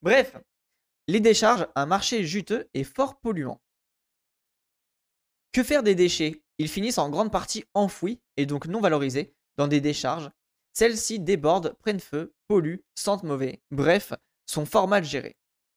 Bref, les décharges, un marché juteux et fort polluant. Que faire des déchets? Ils finissent en grande partie enfouis et donc non valorisés dans des décharges. Celles-ci débordent, prennent feu, polluent, sentent mauvais. Bref, sont fort mal gérées.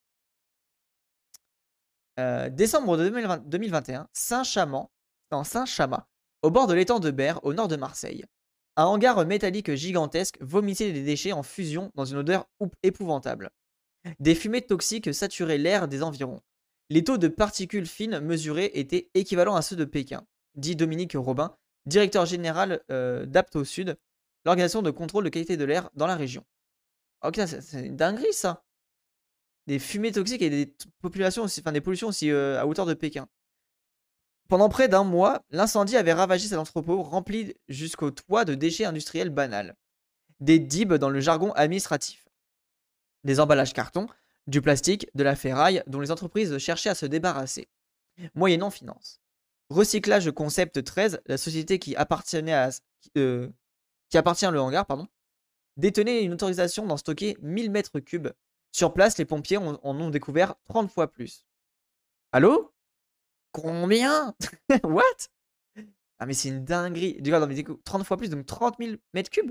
Décembre 2021, Saint-Chamond, dans Saint-Chamas, au bord de l'étang de Berre, au nord de Marseille. Un hangar métallique gigantesque vomissait des déchets en fusion dans une odeur épouvantable. Des fumées toxiques saturaient l'air des environs. Les taux de particules fines mesurés étaient équivalents à ceux de Pékin, dit Dominique Robin, directeur général d'Apto Sud, l'organisation de contrôle de qualité de l'air dans la région. Ok, c'est une dinguerie ça. Des fumées toxiques et des populations aussi, enfin des pollutions aussi à hauteur de Pékin. Pendant près d'un mois, l'incendie avait ravagé cet entrepôt rempli jusqu'au toit de déchets industriels banals. Des DIB dans le jargon administratif. Des emballages carton, du plastique, de la ferraille dont les entreprises cherchaient à se débarrasser, moyennant finance. Recyclage Concept 13, la société qui appartenait qui appartient le hangar, détenait une autorisation d'en stocker 1000 mètres cubes. Sur place, les pompiers en ont découvert 30 fois plus. Allô? Combien? What? Ah mais c'est une dinguerie. Du coup, non, mais 30 fois plus, donc 30 000 mètres cubes?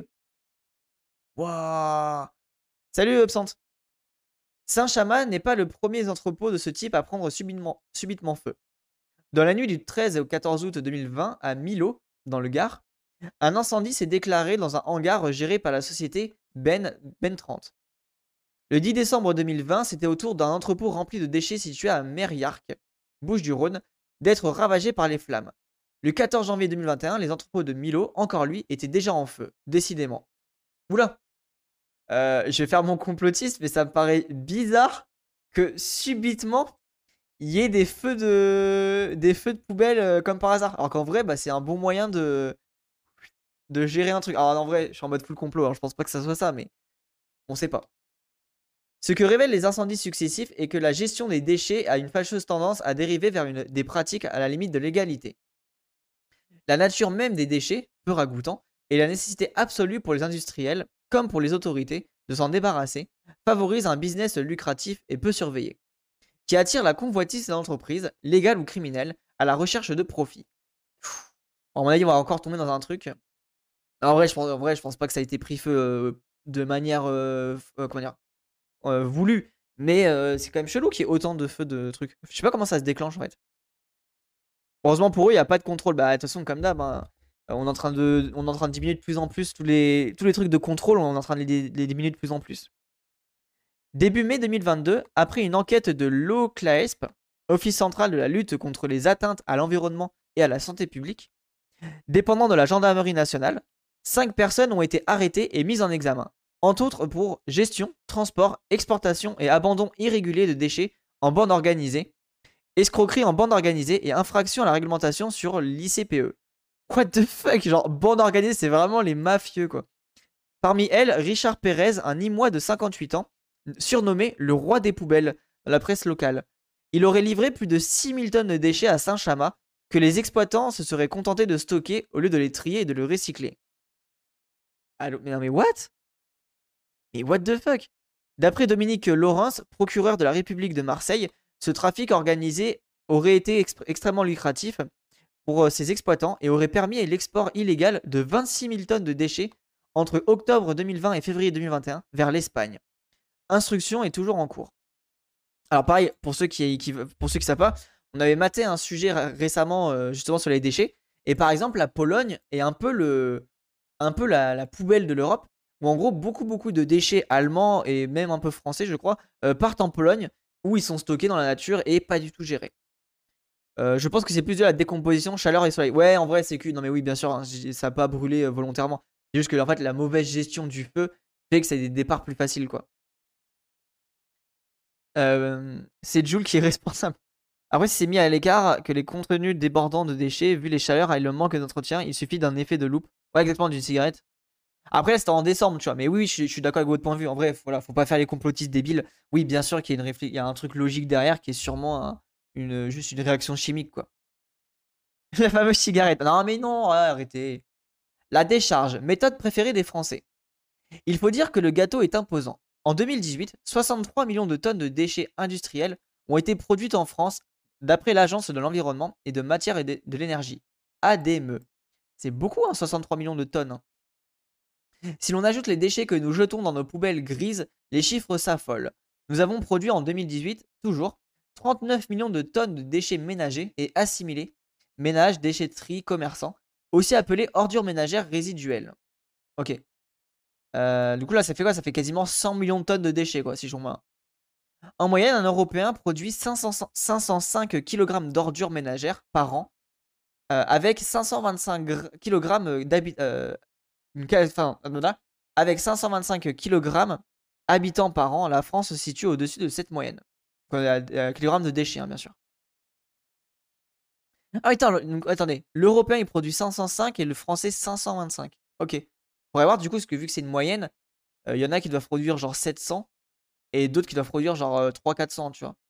Waouh! Salut Absente. Saint-Chamas n'est pas le premier entrepôt de ce type à prendre subitement feu. Dans la nuit du 13 au 14 août 2020, à Millau, dans le Gard, un incendie s'est déclaré dans un hangar géré par la société Ben 30. Le 10 décembre 2020, c'était au tour d'un entrepôt rempli de déchets situé à Mériarc, Bouches-du-Rhône, d'être ravagé par les flammes. Le 14 janvier 2021, les entrepôts de Millau, encore lui, étaient déjà en feu, décidément. Oula, je vais faire mon complotiste, mais ça me paraît bizarre que subitement il y ait des feux de poubelle comme par hasard. Alors qu'en vrai, bah, c'est un bon moyen de gérer un truc. Alors en vrai, je suis en mode full complot, alors je pense pas que ça soit ça, mais on sait pas. Ce que révèlent les incendies successifs est que la gestion des déchets a une fâcheuse tendance à dériver vers des pratiques à la limite de l'égalité. La nature même des déchets, peu ragoûtant, et la nécessité absolue pour les industriels, comme pour les autorités, de s'en débarrasser, favorise un business lucratif et peu surveillé, qui attire la convoitise des entreprises, légales ou criminelles, à la recherche de profit. À mon avis, on va encore tomber dans un truc. En vrai, je pense pas que ça a été pris feu de manière comment dire, voulue. Mais c'est quand même chelou qu'il y ait autant de feux de trucs. Je sais pas comment ça se déclenche en fait. Heureusement pour eux, il n'y a pas de contrôle. Bah, de toute façon, comme d'hab, hein, on est en train de diminuer de plus en plus tous les trucs de contrôle, on est en train de les diminuer de plus en plus. Début mai 2022, après une enquête de l'OCLAESP, Office central de la lutte contre les atteintes à l'environnement et à la santé publique, dépendant de la gendarmerie nationale, 5 personnes ont été arrêtées et mises en examen, entre autres pour gestion, transport, exportation et abandon irrégulier de déchets en bande organisée, escroquerie en bande organisée et infraction à la réglementation sur l'ICPE. What the fuck? Genre, bande organisée, c'est vraiment les mafieux, quoi. Parmi elles, Richard Pérez, un Nîmois de 58 ans, surnommé le roi des poubelles dans la presse locale. Il aurait livré plus de 6000 tonnes de déchets à Saint-Chamas que les exploitants se seraient contentés de stocker au lieu de les trier et de le recycler. Allô, mais non, mais what? Mais what the fuck? D'après Dominique Laurens, procureur de la République de Marseille, ce trafic organisé aurait été extrêmement lucratif pour ses exploitants et aurait permis l'export illégal de 26 000 tonnes de déchets entre octobre 2020 et février 2021 vers l'Espagne. Instruction est toujours en cours. Alors pareil, pour ceux qui savent pas, on avait maté un sujet récemment justement sur les déchets. Et par exemple, la Pologne est un peu la poubelle de l'Europe, où en gros beaucoup de déchets allemands et même un peu français, je crois, partent en Pologne, où ils sont stockés dans la nature et pas du tout gérés. Je pense que c'est plus de la décomposition, chaleur et soleil. Ouais, en vrai, c'est que. Non, mais oui, bien sûr, hein, ça n'a pas brûlé volontairement. C'est juste que en fait, la mauvaise gestion du feu fait que c'est des départs plus faciles, quoi. C'est Jules qui est responsable. Après, si c'est mis à l'écart que les contenus débordants de déchets, vu les chaleurs et le manque d'entretien, il suffit d'un effet de loupe. Ouais, exactement, d'une cigarette. Après, là, c'était en décembre, tu vois. Mais oui, je suis d'accord avec votre point de vue. En vrai, voilà, faut pas faire les complotistes débiles. Oui, bien sûr qu'il y a il y a un truc logique derrière qui est sûrement juste une réaction chimique, quoi. La fameuse cigarette. Non, mais non, arrêtez. La décharge, méthode préférée des Français. Il faut dire que le gâteau est imposant. En 2018, 63 millions de tonnes de déchets industriels ont été produites en France d'après l'Agence de l'environnement et de matière et de l'énergie, ADME. C'est beaucoup, hein, 63 millions de tonnes, hein. Si l'on ajoute les déchets que nous jetons dans nos poubelles grises, les chiffres s'affolent. Nous avons produit en 2018, toujours, 39 millions de tonnes de déchets ménagers et assimilés, ménage, déchetterie, commerçants, aussi appelés ordures ménagères résiduelles. Ok. Du coup là ça fait quoi? Ça fait quasiment 100 millions de tonnes de déchets quoi, si je comprends. En moyenne, un Européen produit 505 kg d'ordures ménagères par an, avec 525 kg avec 525 kg habitants par an. La France se situe au-dessus de cette moyenne. Kilogrammes de déchets, hein, bien sûr. Ah, attendez, l'Européen il produit 505 et le Français 525. Ok. Pour voir du coup, parce que vu que c'est une moyenne, il y en a qui doivent produire genre 700 et d'autres qui doivent produire genre 300-400, tu vois.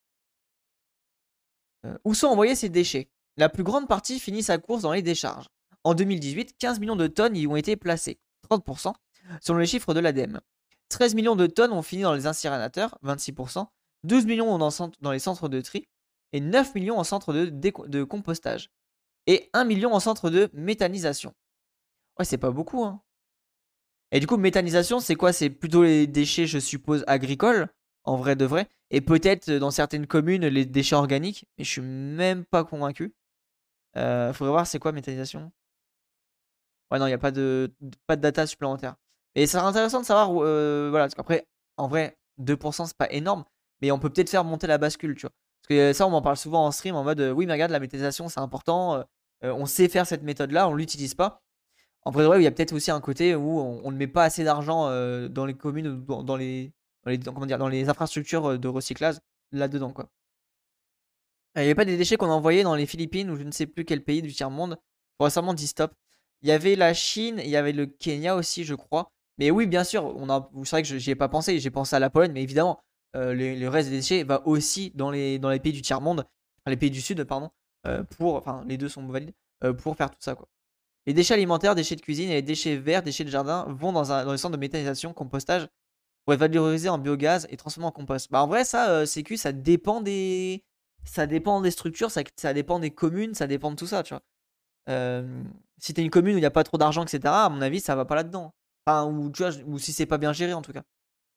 Où sont envoyés ces déchets? La plus grande partie finit sa course dans les décharges. En 2018, 15 millions de tonnes y ont été placées, 30%, selon les chiffres de l'ADEME. 13 millions de tonnes ont fini dans les incinérateurs, 26%, 12 millions dans les centres de tri, et 9 millions en centres de compostage, et 1 million en centre de méthanisation. Ouais, c'est pas beaucoup, hein. Et du coup, méthanisation, c'est quoi? C'est plutôt les déchets, je suppose, agricoles, en vrai de vrai. Et peut-être dans certaines communes, les déchets organiques. Mais je suis même pas convaincu. Faudrait voir c'est quoi méthanisation. Ouais, non, il n'y a pas de data supplémentaire. Et ça serait intéressant de savoir voilà, parce qu'après, en vrai, 2% c'est pas énorme. Mais on peut peut-être faire monter la bascule, tu vois. Parce que ça, on m'en parle souvent en stream en mode oui, mais regarde, la méthanisation, c'est important. On sait faire cette méthode-là, on l'utilise pas. En vrai, il y a peut-être aussi un côté où on ne met pas assez d'argent dans les communes ou comment dire, dans les infrastructures de recyclage là-dedans, quoi. Il n'y avait pas des déchets qu'on envoyait dans les Philippines ou je ne sais plus quel pays du tiers-monde. Faut récemment dit stop. Il y avait la Chine, il y avait le Kenya aussi, je crois. Mais oui, bien sûr, c'est vrai que j'y ai pas pensé. J'ai pensé à la Pologne, mais évidemment, le reste des déchets va aussi dans les pays du tiers-monde, enfin, les pays du Sud, pardon, enfin, les deux sont valides, pour faire tout ça, quoi. Les déchets alimentaires, déchets de cuisine et les déchets verts, déchets de jardin vont dans les centres de méthanisation, compostage pour être valorisés en biogaz et transformés en compost. Bah en vrai, ça, CQ, ça dépend des structures, ça dépend des communes, ça dépend de tout ça, tu vois. Si t'es une commune où il n'y a pas trop d'argent, etc., à mon avis, ça va pas là-dedans. Enfin, ou tu vois, ou si c'est pas bien géré en tout cas.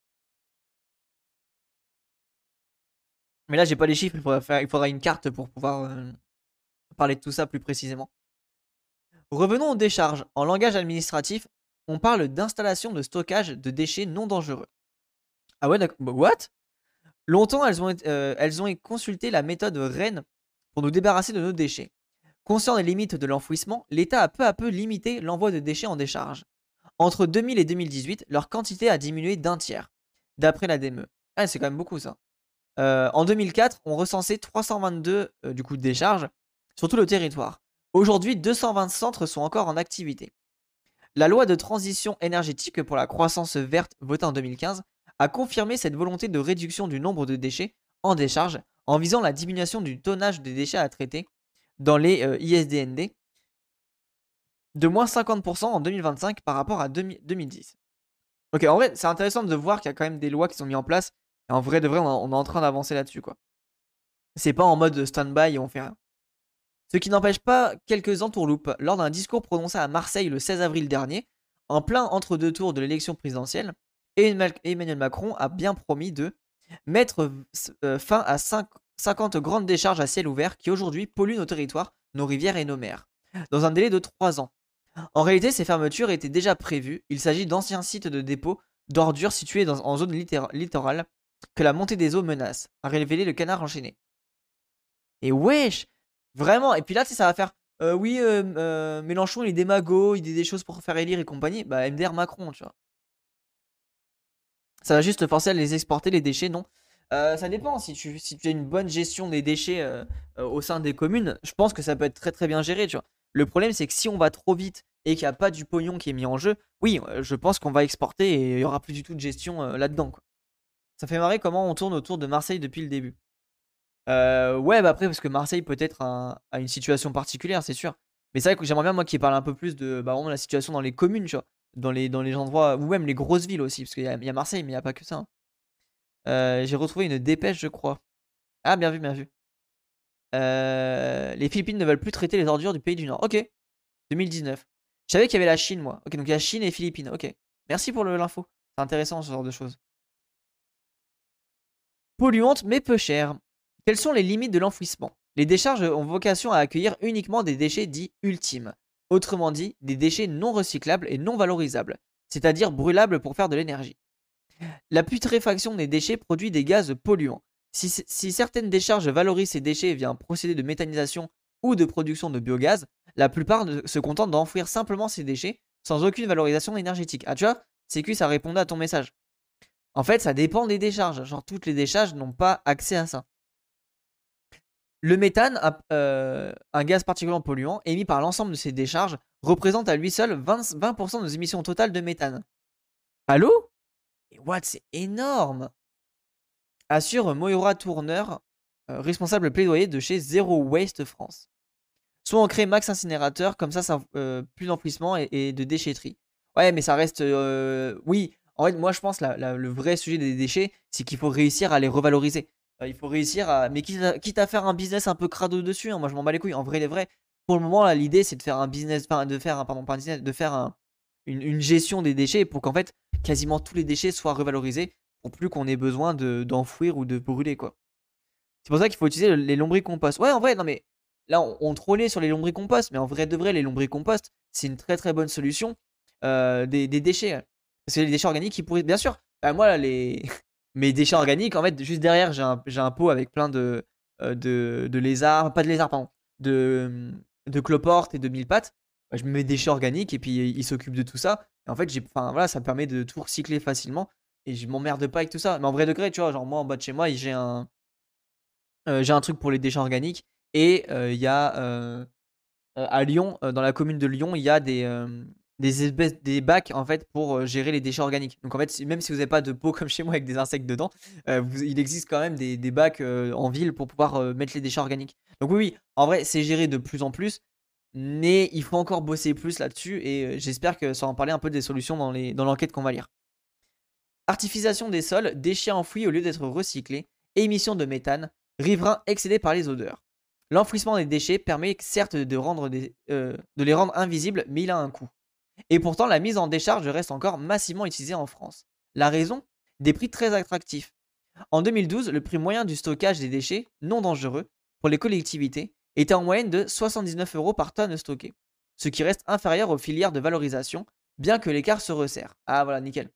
Mais là, j'ai pas les chiffres, il faudra une carte pour pouvoir parler de tout ça plus précisément. Revenons aux décharges. En langage administratif, on parle d'installation de stockage de déchets non dangereux. Ah ouais, d'accord. What? Longtemps, elles ont consulté la méthode REN pour nous débarrasser de nos déchets. Conscient des limites de l'enfouissement, l'État a peu à peu limité l'envoi de déchets en décharge. Entre 2000 et 2018, leur quantité a diminué d'un tiers, d'après la DME. Ah, c'est quand même beaucoup ça. En 2004, on recensait 322 du coup, décharges sur tout le territoire. Aujourd'hui, 220 centres sont encore en activité. La loi de transition énergétique pour la croissance verte votée en 2015 a confirmé cette volonté de réduction du nombre de déchets en décharge en visant la diminution du tonnage des déchets à traiter dans les ISDND de moins 50% en 2025 par rapport à 2010. Ok, en vrai, c'est intéressant de voir qu'il y a quand même des lois qui sont mises en place. Et en vrai, de vrai, on est en train d'avancer là-dessus, quoi. C'est pas en mode stand-by et on fait rien. Ce qui n'empêche pas quelques entourloupes. Lors d'un discours prononcé à Marseille le 16 avril dernier, en plein entre-deux tours de l'élection présidentielle, Emmanuel Macron a bien promis de mettre fin à 50 grandes décharges à ciel ouvert qui aujourd'hui polluent nos territoires, nos rivières et nos mers, dans un délai de 3 ans. En réalité, ces fermetures étaient déjà prévues. Il s'agit d'anciens sites de dépôt d'ordures situés en zone littorale que la montée des eaux menace, a révélé le Canard enchaîné. Et wesh, vraiment. Et puis là, tu sais, ça va faire. Oui, Mélenchon, il est démago, il dit des choses pour faire élire et compagnie. Bah, MDR Macron, tu vois. Ça va juste te forcer à les exporter, les déchets, non. Ça dépend. Si tu as une bonne gestion des déchets au sein des communes, je pense que ça peut être très très bien géré, tu vois. Le problème, c'est que si on va trop vite et qu'il n'y a pas du pognon qui est mis en jeu, oui, je pense qu'on va exporter et il n'y aura plus du tout de gestion là-dedans, quoi. Ça fait marrer comment on tourne autour de Marseille depuis le début. Ouais, bah après, parce que Marseille peut-être a une situation particulière, c'est sûr. Mais c'est vrai que j'aimerais bien, moi, qu'il parle un peu plus de bah, vraiment la situation dans les communes, tu vois. Dans les endroits, ou même les grosses villes aussi, parce qu'il y a Marseille, mais il n'y a pas que ça, hein. J'ai retrouvé une dépêche, je crois. Ah, bien vu, bien vu. Les Philippines ne veulent plus traiter les ordures du pays du Nord. Ok, 2019. Je savais qu'il y avait la Chine, moi. Ok, donc il y a Chine et Philippines. Ok. Merci pour l'info. C'est intéressant ce genre de choses. Polluante mais peu chère. Quelles sont les limites de l'enfouissement? Les décharges ont vocation à accueillir uniquement des déchets dits ultimes. Autrement dit, des déchets non recyclables et non valorisables, c'est-à-dire brûlables pour faire de l'énergie. La putréfaction des déchets produit des gaz polluants. Si certaines décharges valorisent ces déchets via un procédé de méthanisation ou de production de biogaz, la plupart se contentent d'enfouir simplement ces déchets sans aucune valorisation énergétique. Ah tu vois, CQ ça répondait à ton message. En fait, ça dépend des décharges. Genre, toutes les décharges n'ont pas accès à ça. Le méthane, un gaz particulièrement polluant, émis par l'ensemble de ces décharges, représente à lui seul 20% de nos émissions totales de méthane. Allô? Et what? C'est énorme! Assure Moira Tourneur, responsable plaidoyer de chez Zero Waste France. Soit on crée max incinérateur, comme ça, plus d'enfouissement et de déchetterie. Ouais, mais ça reste. Oui, en fait, moi je pense le vrai sujet des déchets, c'est qu'il faut réussir à les revaloriser. Il faut réussir à. Mais quitte à faire un business un peu crado dessus, hein, moi je m'en bats les couilles. En vrai, les vrais. Pour le moment, l'idée c'est de faire un business. Enfin, de faire un. Pardon, pas un business, de faire une gestion des déchets pour qu'en fait, quasiment tous les déchets soient revalorisés pour plus qu'on ait besoin d'enfouir ou de brûler, quoi. C'est pour ça qu'il faut utiliser les lombricompost. Ouais, en vrai, non mais là, on trollait sur les lombricompost, mais en vrai de vrai, les lombricompost, c'est une très très bonne solution des déchets. Parce que les déchets organiques, ils pourraient. Bien sûr, bah, moi, là, mes déchets organiques, en fait, juste derrière, j'ai un pot avec plein de lézards, pas de lézards, pardon, de cloportes et de mille pattes. Bah, je mets mes déchets organiques et puis ils s'occupent de tout ça. Et en fait, enfin, voilà, ça me permet de tout recycler facilement et je m'emmerde pas avec tout ça. Mais en vrai de vrai, tu vois, genre moi en bas de chez moi, j'ai un truc pour les déchets organiques et il y a à Lyon, dans la commune de Lyon, il y a des bacs en fait pour gérer les déchets organiques. Donc en fait, même si vous n'avez pas de pot comme chez moi avec des insectes dedans, il existe quand même des bacs en ville pour pouvoir mettre les déchets organiques. Donc oui, oui, en vrai, c'est géré de plus en plus, mais il faut encore bosser plus là-dessus et j'espère que ça va en parler un peu des solutions dans l'enquête qu'on va lire. Artificialisation des sols, déchets enfouis au lieu d'être recyclés, émissions de méthane, riverains excédés par les odeurs. L'enfouissement des déchets permet certes de les rendre invisibles, mais il a un coût. Et pourtant, la mise en décharge reste encore massivement utilisée en France. La raison? Des prix très attractifs. En 2012, le prix moyen du stockage des déchets non dangereux pour les collectivités était en moyenne de 79 € par tonne stockée, ce qui reste inférieur aux filières de valorisation, bien que l'écart se resserre. Ah voilà, nickel.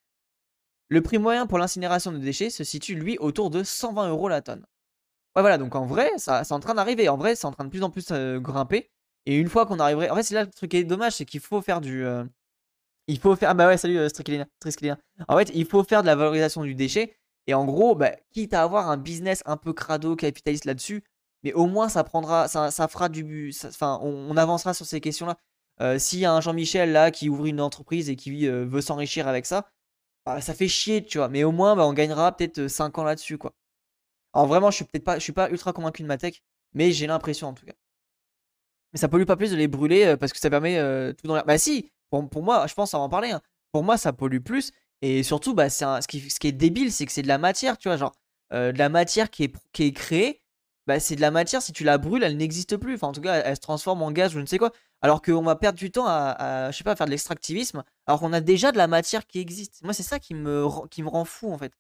Le prix moyen pour l'incinération de déchets se situe lui autour de 120 € la tonne. Ouais, voilà, donc en vrai, ça, c'est en train d'arriver. En vrai, c'est en train de plus en plus grimper. Et une fois qu'on arriverait. En fait, c'est là le truc qui est dommage, c'est qu'il faut faire du. Il faut faire. Ah bah ouais, salut Strikelina. En fait, il faut faire de la valorisation du déchet. Et en gros, bah, quitte à avoir un business un peu crado, capitaliste là-dessus, mais au moins ça prendra. Ça fera du. Enfin, on avancera sur ces questions-là. S'il y a un Jean-Michel là qui ouvre une entreprise et qui veut s'enrichir avec ça, bah, ça fait chier, tu vois. Mais au moins, bah, on gagnera peut-être 5 ans là-dessus, quoi. Alors vraiment, je suis pas ultra convaincu de ma tech, mais j'ai l'impression en tout cas. Mais ça pollue pas plus de les brûler parce que ça permet tout dans l'air. Bah si, pour moi, je pense, ça va en parler, hein. Pour moi, ça pollue plus. Et surtout, bah, ce qui est débile, c'est que c'est de la matière, tu vois. Genre, de la matière qui est créée, bah, c'est de la matière, si tu la brûles, elle n'existe plus. Enfin, en tout cas, elle se transforme en gaz ou je ne sais quoi. Alors qu'on va perdre du temps je sais pas, à faire de l'extractivisme, alors qu'on a déjà de la matière qui existe. Moi, c'est ça qui me rend fou, en fait.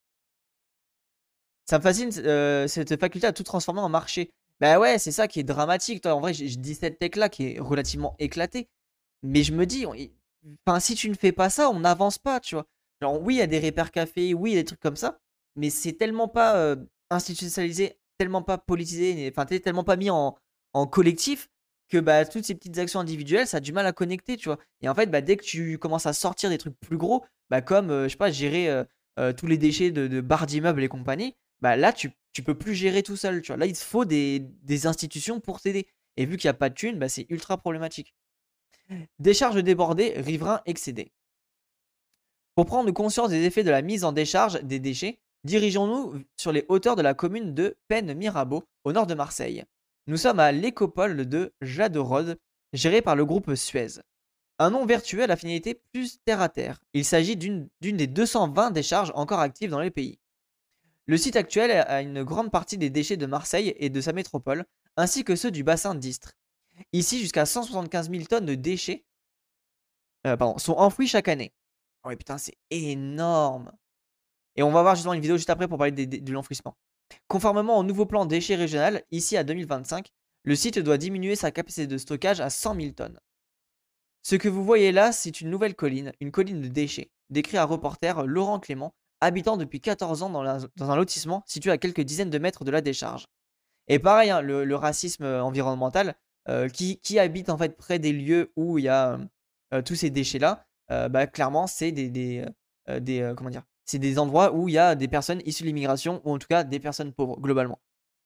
Ça me fascine cette faculté à tout transformer en marché. Bah ouais, c'est ça qui est dramatique. Toi, en vrai, je dis cette tech là qui est relativement éclatée. Mais je me dis, enfin, si tu ne fais pas ça, on n'avance pas, tu vois. Genre, oui, il y a des repères cafés, oui, il y a des trucs comme ça. Mais c'est tellement pas institutionnalisé, tellement pas politisé, enfin, tellement pas mis en collectif que bah, toutes ces petites actions individuelles, ça a du mal à connecter, tu vois. Et en fait, bah, dès que tu commences à sortir des trucs plus gros, bah, comme, je sais pas, gérer tous les déchets de barres d'immeubles et compagnie, bah là, tu peux plus gérer tout seul, tu vois. Là, il te faut des institutions pour t'aider. Et vu qu'il n'y a pas de thunes, bah, c'est ultra problématique. Décharge débordée, riverains excédés. Pour prendre conscience des effets de la mise en décharge des déchets, dirigeons-nous sur les hauteurs de la commune de Pennes-Mirabeau, au nord de Marseille. Nous sommes à l'écopole de Jaderode, gérée par le groupe Suez. Un nom vertueux à finalité plus terre à terre. Il s'agit d'une des 220 décharges encore actives dans les pays. Le site actuel a une grande partie des déchets de Marseille et de sa métropole, ainsi que ceux du bassin d'Istres. Ici, jusqu'à 175 000 tonnes de déchets sont enfouis chaque année. Oh ouais, putain, c'est énorme. Et on va voir justement une vidéo juste après pour parler de l'enfouissement. Conformément au nouveau plan déchets régional, ici à 2025, le site doit diminuer sa capacité de stockage à 100 000 tonnes. Ce que vous voyez là, c'est une nouvelle colline, une colline de déchets, décrit un reporter Laurent Clément, habitant depuis 14 ans dans un lotissement situé à quelques dizaines de mètres de la décharge. Et pareil, hein, le racisme environnemental, qui habite en fait près des lieux où il y a tous ces déchets-là, bah, clairement, c'est comment dire, c'est des endroits où il y a des personnes issues de l'immigration ou en tout cas des personnes pauvres globalement.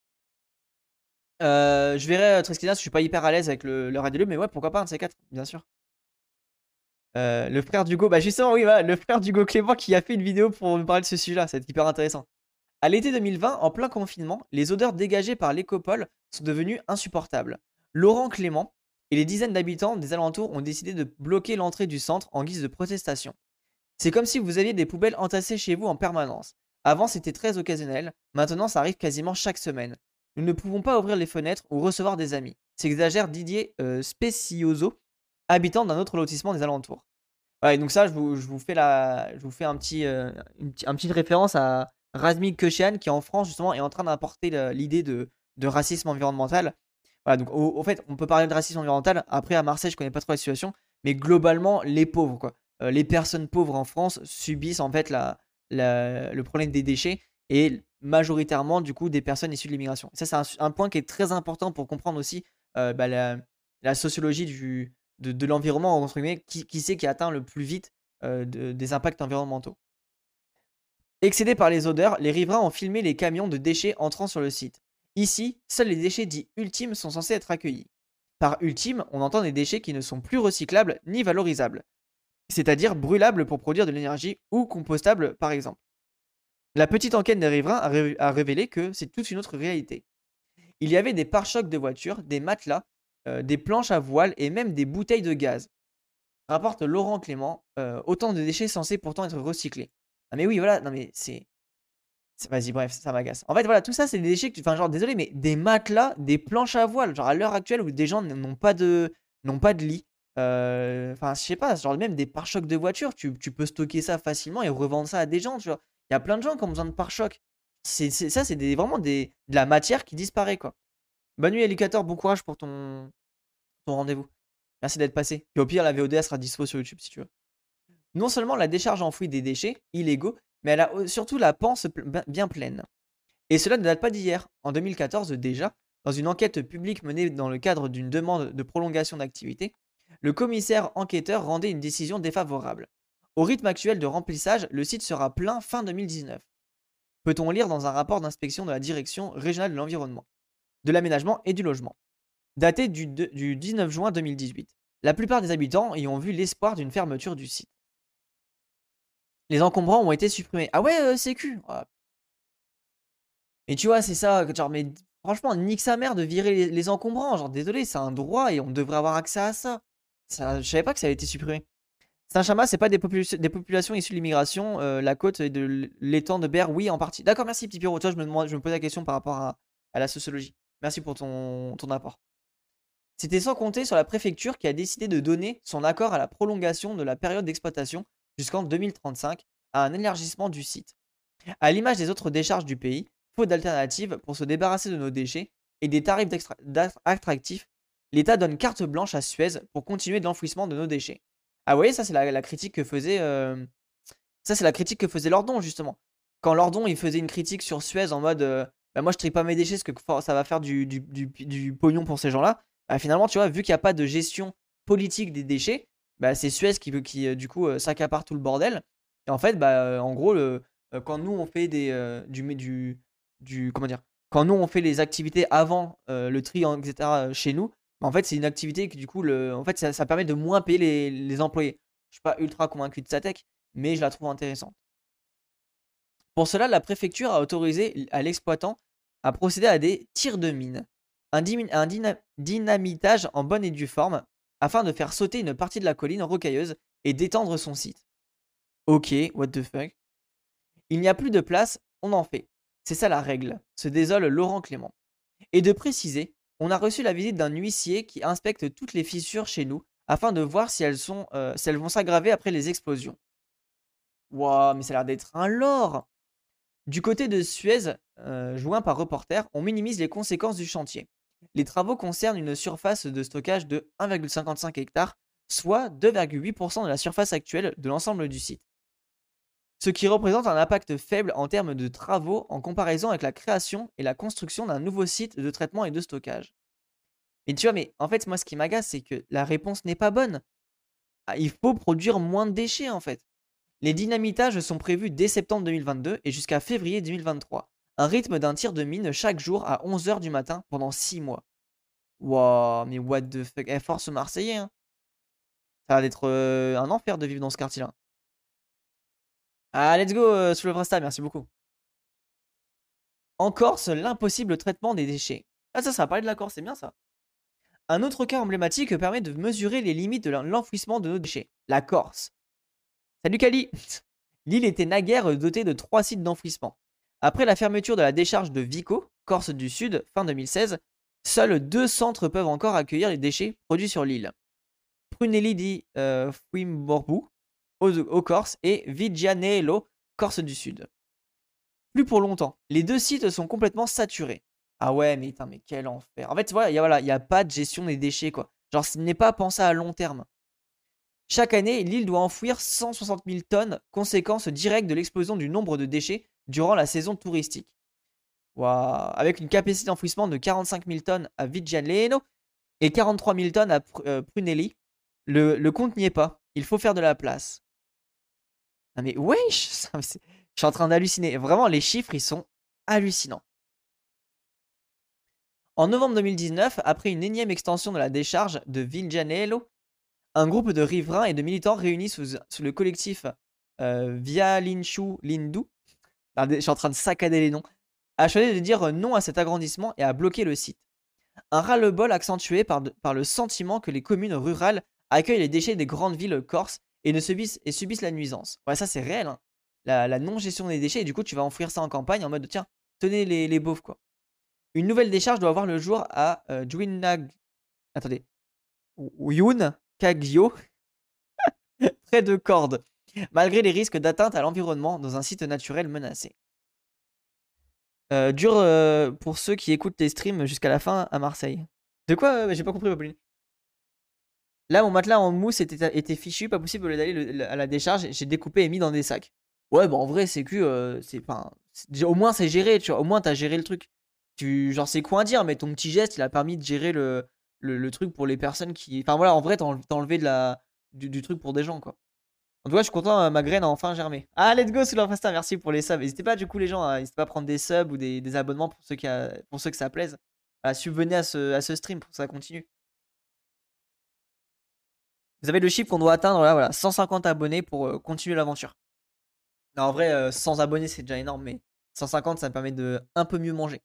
Je verrai Treskinas, je suis pas hyper à l'aise avec le raid de lieu, mais ouais, pourquoi pas un de ces quatre, bien sûr. Le frère d'Hugo, bah justement, oui, voilà, le frère d'Hugo Clément qui a fait une vidéo pour nous parler de ce sujet-là, c'est hyper intéressant. À l'été 2020, en plein confinement, les odeurs dégagées par l'écopole sont devenues insupportables. Laurent Clément et les dizaines d'habitants des alentours ont décidé de bloquer l'entrée du centre en guise de protestation. C'est comme si vous aviez des poubelles entassées chez vous en permanence. Avant, c'était très occasionnel, maintenant ça arrive quasiment chaque semaine. Nous ne pouvons pas ouvrir les fenêtres ou recevoir des amis. S'exagère Didier Specioso, habitant d'un autre lotissement des alentours. Ouais, donc ça, je vous fais une petite référence à Razmik Köchian qui en France justement est en train d'apporter l'idée de racisme environnemental. Voilà, donc au fait, on peut parler de racisme environnemental. Après, à Marseille, je connais pas trop la situation, mais globalement, les pauvres, quoi. Les personnes pauvres en France subissent en fait le problème des déchets et majoritairement du coup des personnes issues de l'immigration. Ça, c'est un point qui est très important pour comprendre aussi bah, la sociologie de l'environnement, entre guillemets, qui c'est qui atteint le plus vite des impacts environnementaux. Excédés par les odeurs, les riverains ont filmé les camions de déchets entrant sur le site. Ici, seuls les déchets dits ultimes sont censés être accueillis. Par ultime, on entend des déchets qui ne sont plus recyclables ni valorisables, c'est-à-dire brûlables pour produire de l'énergie ou compostables par exemple. La petite enquête des riverains a révélé que c'est toute une autre réalité. Il y avait des pare-chocs de voitures, des matelas, des planches à voile et même des bouteilles de gaz. Rapporte Laurent Clément, autant de déchets censés pourtant être recyclés. Ah mais oui, voilà, non mais vas-y, bref, ça m'agace. En fait, voilà, tout ça, c'est des déchets enfin, genre, désolé, mais des matelas, des planches à voile, genre à l'heure actuelle où des gens n'ont pas de lit. Enfin, je sais pas, genre même des pare-chocs de voiture, tu peux stocker ça facilement et revendre ça à des gens, tu vois. Il y a plein de gens qui ont besoin de pare-chocs. Ça, c'est vraiment de la matière qui disparaît, quoi. Bonne nuit, éducateur, bon courage pour ton rendez-vous. Merci d'être passé. Et au pire, la VOD sera dispo sur YouTube si tu veux. Non seulement la décharge enfouit des déchets illégaux, mais elle a surtout la panse bien pleine. Et cela ne date pas d'hier. En 2014 déjà, dans une enquête publique menée dans le cadre d'une demande de prolongation d'activité, le commissaire enquêteur rendait une décision défavorable. Au rythme actuel de remplissage, le site sera plein fin 2019. Peut-on lire dans un rapport d'inspection de la direction régionale de l'environnement, de l'aménagement et du logement, daté du 19 juin 2018. La plupart des habitants y ont vu l'espoir d'une fermeture du site. Les encombrants ont été supprimés. Ah ouais, sécu. Ah. Et tu vois, c'est ça, genre, mais franchement, nique sa mère de virer les encombrants. Genre, désolé, c'est un droit et on devrait avoir accès à ça. Je savais pas que ça avait été supprimé. Saint-Chamas, c'est pas des populations issues de l'immigration. La côte et de l'étang de Berre, oui, en partie. D'accord, merci, petit Pierrot. Toi, je me pose la question par rapport à la sociologie. Merci pour ton apport. C'était sans compter sur la préfecture qui a décidé de donner son accord à la prolongation de la période d'exploitation jusqu'en 2035 à un élargissement du site. À l'image des autres décharges du pays, faute d'alternatives pour se débarrasser de nos déchets et des tarifs attractifs, l'État donne carte blanche à Suez pour continuer de l'enfouissement de nos déchets. Ah vous voyez, ça c'est la critique que faisait Lordon justement. Quand Lordon il faisait une critique sur Suez en mode bah, moi je trie pas mes déchets parce que ça va faire du pognon pour ces gens-là. Bah, finalement, tu vois, vu qu'il n'y a pas de gestion politique des déchets, bah, c'est Suez qui du coup s'accapare tout le bordel. Et en fait, bah, en gros, quand nous on fait comment dire, quand nous on fait les activités avant le tri, etc. Chez nous, bah, en fait c'est une activité qui du coup, en fait ça permet de moins payer les employés. Je suis pas ultra convaincu de sa tech, mais je la trouve intéressante. Pour cela, la préfecture a autorisé à l'exploitant à procéder à des tirs de mine, un dynamitage en bonne et due forme, afin de faire sauter une partie de la colline rocailleuse et d'étendre son site. Ok, what the fuck. Il n'y a plus de place, on en fait. C'est ça la règle, se désole Laurent Clément. Et de préciser, on a reçu la visite d'un huissier qui inspecte toutes les fissures chez nous afin de voir si elles vont s'aggraver après les explosions. Waouh, mais ça a l'air d'être un lore. Du côté de Suez, joint par Reporter, on minimise les conséquences du chantier. Les travaux concernent une surface de stockage de 1,55 hectares, soit 2,8% de la surface actuelle de l'ensemble du site. Ce qui représente un impact faible en termes de travaux en comparaison avec la création et la construction d'un nouveau site de traitement et de stockage. Et tu vois, mais en fait, moi, ce qui m'agace, c'est que la réponse n'est pas bonne. Ah, il faut produire moins de déchets, en fait. Les dynamitages sont prévus dès septembre 2022 et jusqu'à février 2023. Un rythme d'un tir de mine chaque jour à 11 h du matin pendant 6 mois. Wow, mais what the fuck. Eh, force Marseillais, hein. Ça a l'air d'être un enfer de vivre dans ce quartier-là. Ah, let's go, sous le Vrasta, merci beaucoup. En Corse, l'impossible traitement des déchets. Ah, ça va parler de la Corse, c'est bien ça. Un autre cas emblématique permet de mesurer les limites de l'enfouissement de nos déchets. La Corse. Salut Kali. L'île était naguère dotée de 3 sites d'enfouissement. Après la fermeture de la décharge de Vico, Corse du Sud, fin 2016, seuls 2 centres peuvent encore accueillir les déchets produits sur l'île. Prunelli di Fuimborbu, au Corse, et Vigianello, Corse du Sud. Plus pour longtemps, les 2 sites sont complètement saturés. Ah ouais, mais putain, mais quel enfer. En fait, voilà, y a pas de gestion des déchets, quoi. Genre, ce n'est pas pensé à long terme. Chaque année, l'île doit enfouir 160 000 tonnes, conséquence directe de l'explosion du nombre de déchets durant la saison touristique. Waouh. Avec une capacité d'enfouissement de 45 000 tonnes à Vigianello et 43 000 tonnes à Prunelli, le compte n'y est pas. Il faut faire de la place. Ah mais wesh, je suis en train d'halluciner. Vraiment, les chiffres, ils sont hallucinants. En novembre 2019, après une énième extension de la décharge de Vigianello, un groupe de riverains et de militants réunis sous le collectif Via Linshu Lindu, je suis en train de saccader les noms, a choisi de dire non à cet agrandissement et a bloqué le site. Un ras-le-bol accentué par le sentiment que les communes rurales accueillent les déchets des grandes villes corses et subissent la nuisance. Ouais, ça c'est réel, hein. La non-gestion des déchets, et du coup tu vas enfouir ça en campagne en mode tiens, tenez les beaufs quoi. Une nouvelle décharge doit voir le jour à Juinag. Attendez. Yun Kagyo, près de Cordes, malgré les risques d'atteinte à l'environnement dans un site naturel menacé. Dur pour ceux qui écoutent les streams jusqu'à la fin à Marseille. De quoi j'ai pas compris, Pauline. Là, mon matelas en mousse était fichu, pas possible d'aller à la décharge. J'ai découpé et mis dans des sacs. Ouais, bah en vrai, c'est que c'est pas. Au moins, c'est géré, tu vois. Au moins, t'as géré le truc. Genre, c'est quoi à dire, mais ton petit geste, il a permis de gérer le truc pour les personnes qui. Enfin, voilà, en vrai, t'as enlevé du truc pour des gens, quoi. En tout cas, je suis content, ma graine a enfin germé. Ah, let's go, Souleur Fasta, merci pour les subs. N'hésitez pas, du coup, les gens, n'hésitez pas à prendre des subs ou des abonnements pour ceux que ça plaise. À subvenir à ce stream pour que ça continue. Vous avez le chiffre qu'on doit atteindre, là, voilà, 150 abonnés pour continuer l'aventure. Non, en vrai, 100 abonnés, c'est déjà énorme, mais 150, ça me permet de un peu mieux manger.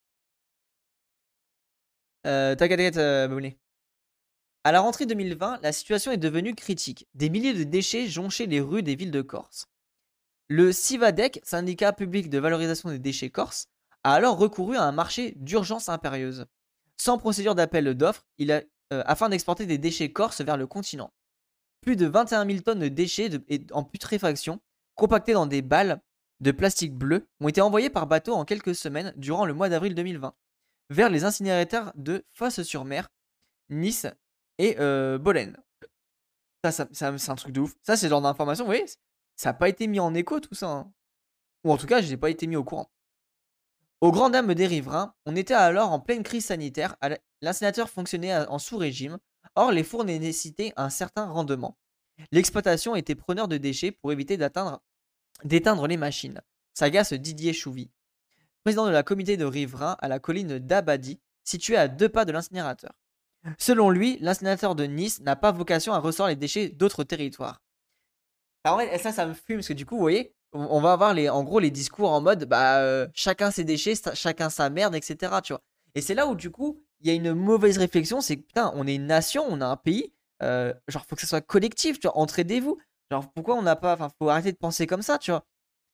T'inquiète, abonné. À la rentrée 2020, la situation est devenue critique. Des milliers de déchets jonchaient les rues des villes de Corse. Le CIVADEC, syndicat public de valorisation des déchets corse, a alors recouru à un marché d'urgence impérieuse. Sans procédure d'appel d'offres, afin d'exporter des déchets corses vers le continent. Plus de 21 000 tonnes de déchets en putréfaction, compactés dans des balles de plastique bleu, ont été envoyés par bateau en quelques semaines durant le mois d'avril 2020 vers les incinérateurs de Fos-sur-Mer, Nice et Bolène. Ça c'est un truc de ouf. Ça, c'est le genre d'information, vous voyez, ça n'a pas été mis en écho tout ça, hein. Ou en tout cas, je n'ai pas été mis au courant. Aux grandes dames des riverains, on était alors en pleine crise sanitaire, l'incinérateur fonctionnait en sous-régime, or les fours nécessitaient un certain rendement. L'exploitation était preneur de déchets pour éviter d'éteindre les machines. S'agace Didier Chouvy, président de la communauté de riverains à la colline d'Abadi, située à 2 pas de l'incinérateur. Selon lui, l'incinérateur de Nice n'a pas vocation à recevoir les déchets d'autres territoires. Alors, en fait, ça me fume parce que du coup, vous voyez, on va avoir en gros les discours en mode chacun ses déchets, chacun sa merde, etc. Tu vois. Et c'est là où du coup, il y a une mauvaise réflexion, c'est que putain, on est une nation, on a un pays, genre faut que ça soit collectif, tu vois, entraidez-vous. Genre pourquoi on n'a pas, enfin faut arrêter de penser comme ça, tu vois.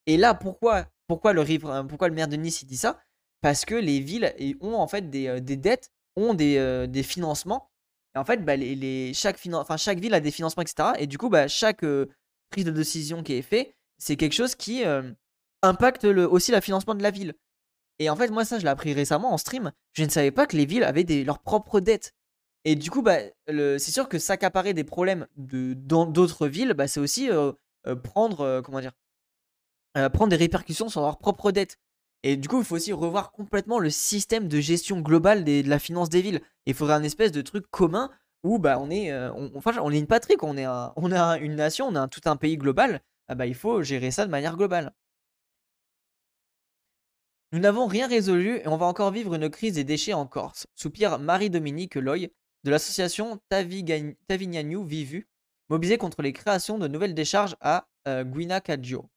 Et là, pourquoi pourquoi le maire de Nice il dit ça? Parce que les villes ont en fait des dettes, ont des financements. Et en fait, bah, chaque ville a des financements, etc. Et du coup, bah, chaque prise de décision qui est faite, c'est quelque chose qui impacte aussi le financement de la ville. Et en fait, moi, ça, je l'ai appris récemment en stream. Je ne savais pas que les villes avaient leurs propres dettes. Et du coup, bah, c'est sûr que s'accaparer des problèmes dans d'autres villes, bah, c'est aussi comment dire, prendre des répercussions sur leurs propres dettes. Et du coup, il faut aussi revoir complètement le système de gestion globale de la finance des villes. Il faudrait un espèce de truc commun où bah, on est une patrie, quoi. On est une nation, on a tout un pays global. Ah bah, il faut gérer ça de manière globale. Nous n'avons rien résolu et on va encore vivre une crise des déchets en Corse, soupire Marie-Dominique Loy de l'association Tavignagnou Vivu, mobilisée contre les créations de nouvelles décharges à Guinacagio.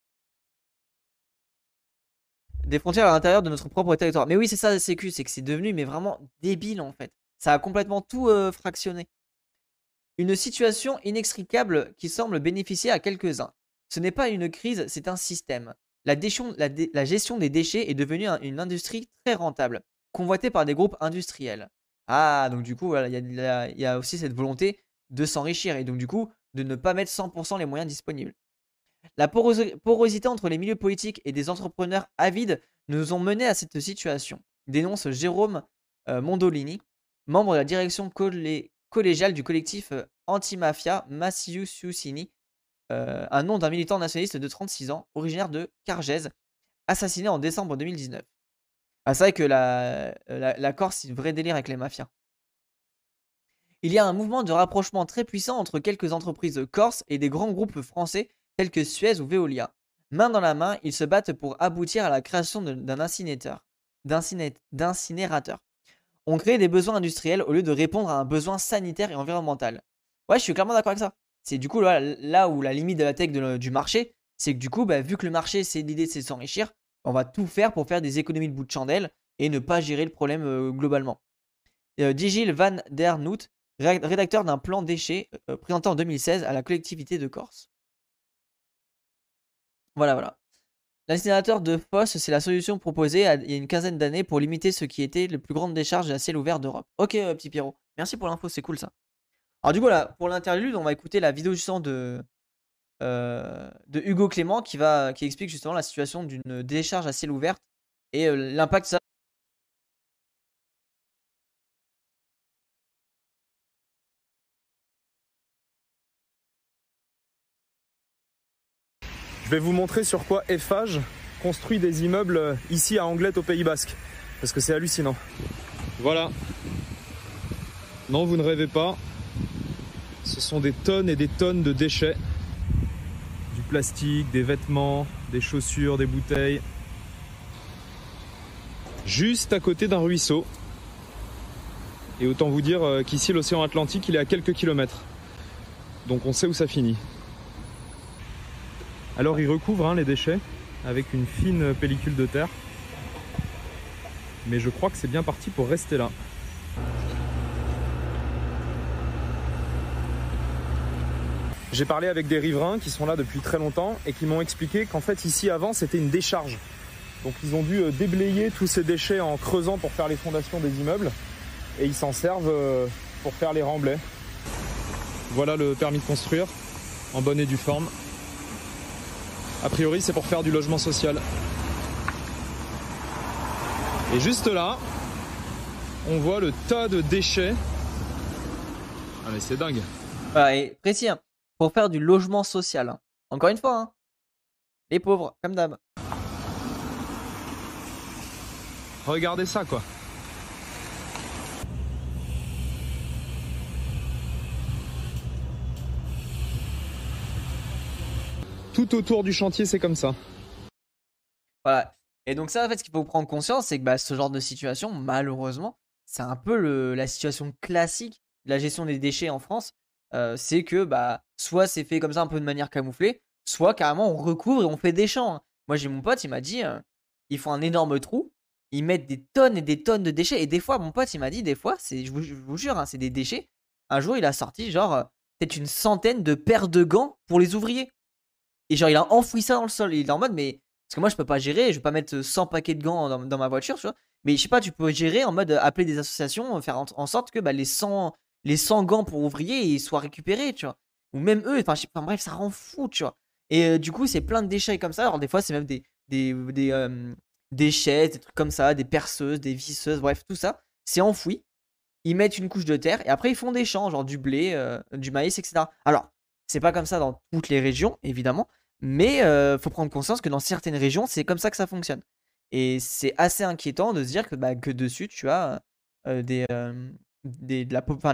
Des frontières à l'intérieur de notre propre territoire. Mais oui, c'est ça, la sécu, c'est que c'est devenu mais vraiment débile en fait. Ça a complètement tout fractionné. Une situation inextricable qui semble bénéficier à quelques-uns. Ce n'est pas une crise, c'est un système. La gestion des déchets est devenue une industrie très rentable, convoitée par des groupes industriels. Ah, donc du coup, voilà, il y a aussi cette volonté de s'enrichir et donc du coup, de ne pas mettre 100% les moyens disponibles. La porosité entre les milieux politiques et des entrepreneurs avides nous ont menés à cette situation, dénonce Jérôme Mondolini, membre de la direction collégiale du collectif anti-mafia Massiu Susini, un nom d'un militant nationaliste de 36 ans, originaire de Cargèse, assassiné en décembre 2019. Ah, c'est vrai que la Corse, c'est un vrai délire avec les mafias. Il y a un mouvement de rapprochement très puissant entre quelques entreprises corses et des grands groupes français tels que Suez ou Veolia. Main dans la main, ils se battent pour aboutir à la création d'un d'incinérateur. On crée des besoins industriels au lieu de répondre à un besoin sanitaire et environnemental. Ouais, je suis clairement d'accord avec ça. C'est du coup là où la limite de la tech du marché, c'est que du coup, bah, vu que le marché, c'est l'idée, c'est de s'enrichir, on va tout faire pour faire des économies de bout de chandelle et ne pas gérer le problème globalement. Digil van der Noot, rédacteur d'un plan déchets présenté en 2016 à la collectivité de Corse. Voilà, voilà. L'incinérateur de fosse, c'est la solution proposée il y a une quinzaine d'années pour limiter ce qui était le plus grande décharge à ciel ouvert d'Europe. Ok, petit Pierrot. Merci pour l'info, c'est cool ça. Alors du coup, là, pour l'interlude, on va écouter la vidéo justement de Hugo Clément qui explique justement la situation d'une décharge à ciel ouvert et l'impact ça. Je vais vous montrer sur quoi Eiffage construit des immeubles ici à Anglet au Pays Basque. Parce que c'est hallucinant. Voilà. Non, vous ne rêvez pas. Ce sont des tonnes et des tonnes de déchets. Du plastique, des vêtements, des chaussures, des bouteilles. Juste à côté d'un ruisseau. Et autant vous dire qu'ici l'océan Atlantique il est à quelques kilomètres. Donc on sait où ça finit. Alors ils recouvrent les déchets avec une fine pellicule de terre. Mais je crois que c'est bien parti pour rester là. J'ai parlé avec des riverains qui sont là depuis très longtemps et qui m'ont expliqué qu'en fait ici avant c'était une décharge. Donc ils ont dû déblayer tous ces déchets en creusant pour faire les fondations des immeubles. Et ils s'en servent pour faire les remblais. Voilà le permis de construire en bonne et due forme. A priori, c'est pour faire du logement social. Et juste là, on voit le tas de déchets. Ah mais c'est dingue. Voilà, et précis, hein, pour faire du logement social. Hein. Encore une fois, hein, les pauvres, comme d'hab. Regardez ça quoi. Tout autour du chantier, c'est comme ça. Voilà. Et donc ça, en fait, ce qu'il faut prendre conscience, c'est que bah, ce genre de situation, malheureusement, c'est un peu la situation classique de la gestion des déchets en France. C'est que bah, soit c'est fait comme ça un peu de manière camouflée, soit carrément on recouvre et on fait des champs. Hein. Moi, j'ai mon pote, il m'a dit, ils font un énorme trou, ils mettent des tonnes et des tonnes de déchets. Et des fois, mon pote, il m'a dit, des fois, je vous jure, hein, c'est des déchets. Un jour, il a sorti genre peut-être une centaine de paires de gants pour les ouvriers. Et genre, il a enfoui ça dans le sol. Il est en mode, mais Parce que moi, je peux pas gérer, je vais pas mettre 100 paquets de gants dans ma voiture, tu vois. Mais je sais pas, tu peux gérer en mode appeler des associations, faire en sorte que bah, les 100 gants pour ouvriers ils soient récupérés, tu vois. Ou même eux, enfin bref, ça rend fou, tu vois. Et du coup, c'est plein de déchets comme ça. Alors, des fois, c'est même des chaises, des trucs comme ça, des perceuses, des visseuses, bref, tout ça. C'est enfoui. Ils mettent une couche de terre et après, ils font des champs, genre du blé, du maïs, etc. Alors, c'est pas comme ça dans toutes les régions, évidemment. Mais faut prendre conscience que dans certaines régions, c'est comme ça que ça fonctionne. Et c'est assez inquiétant de se dire que, bah, que dessus, tu as de la, enfin,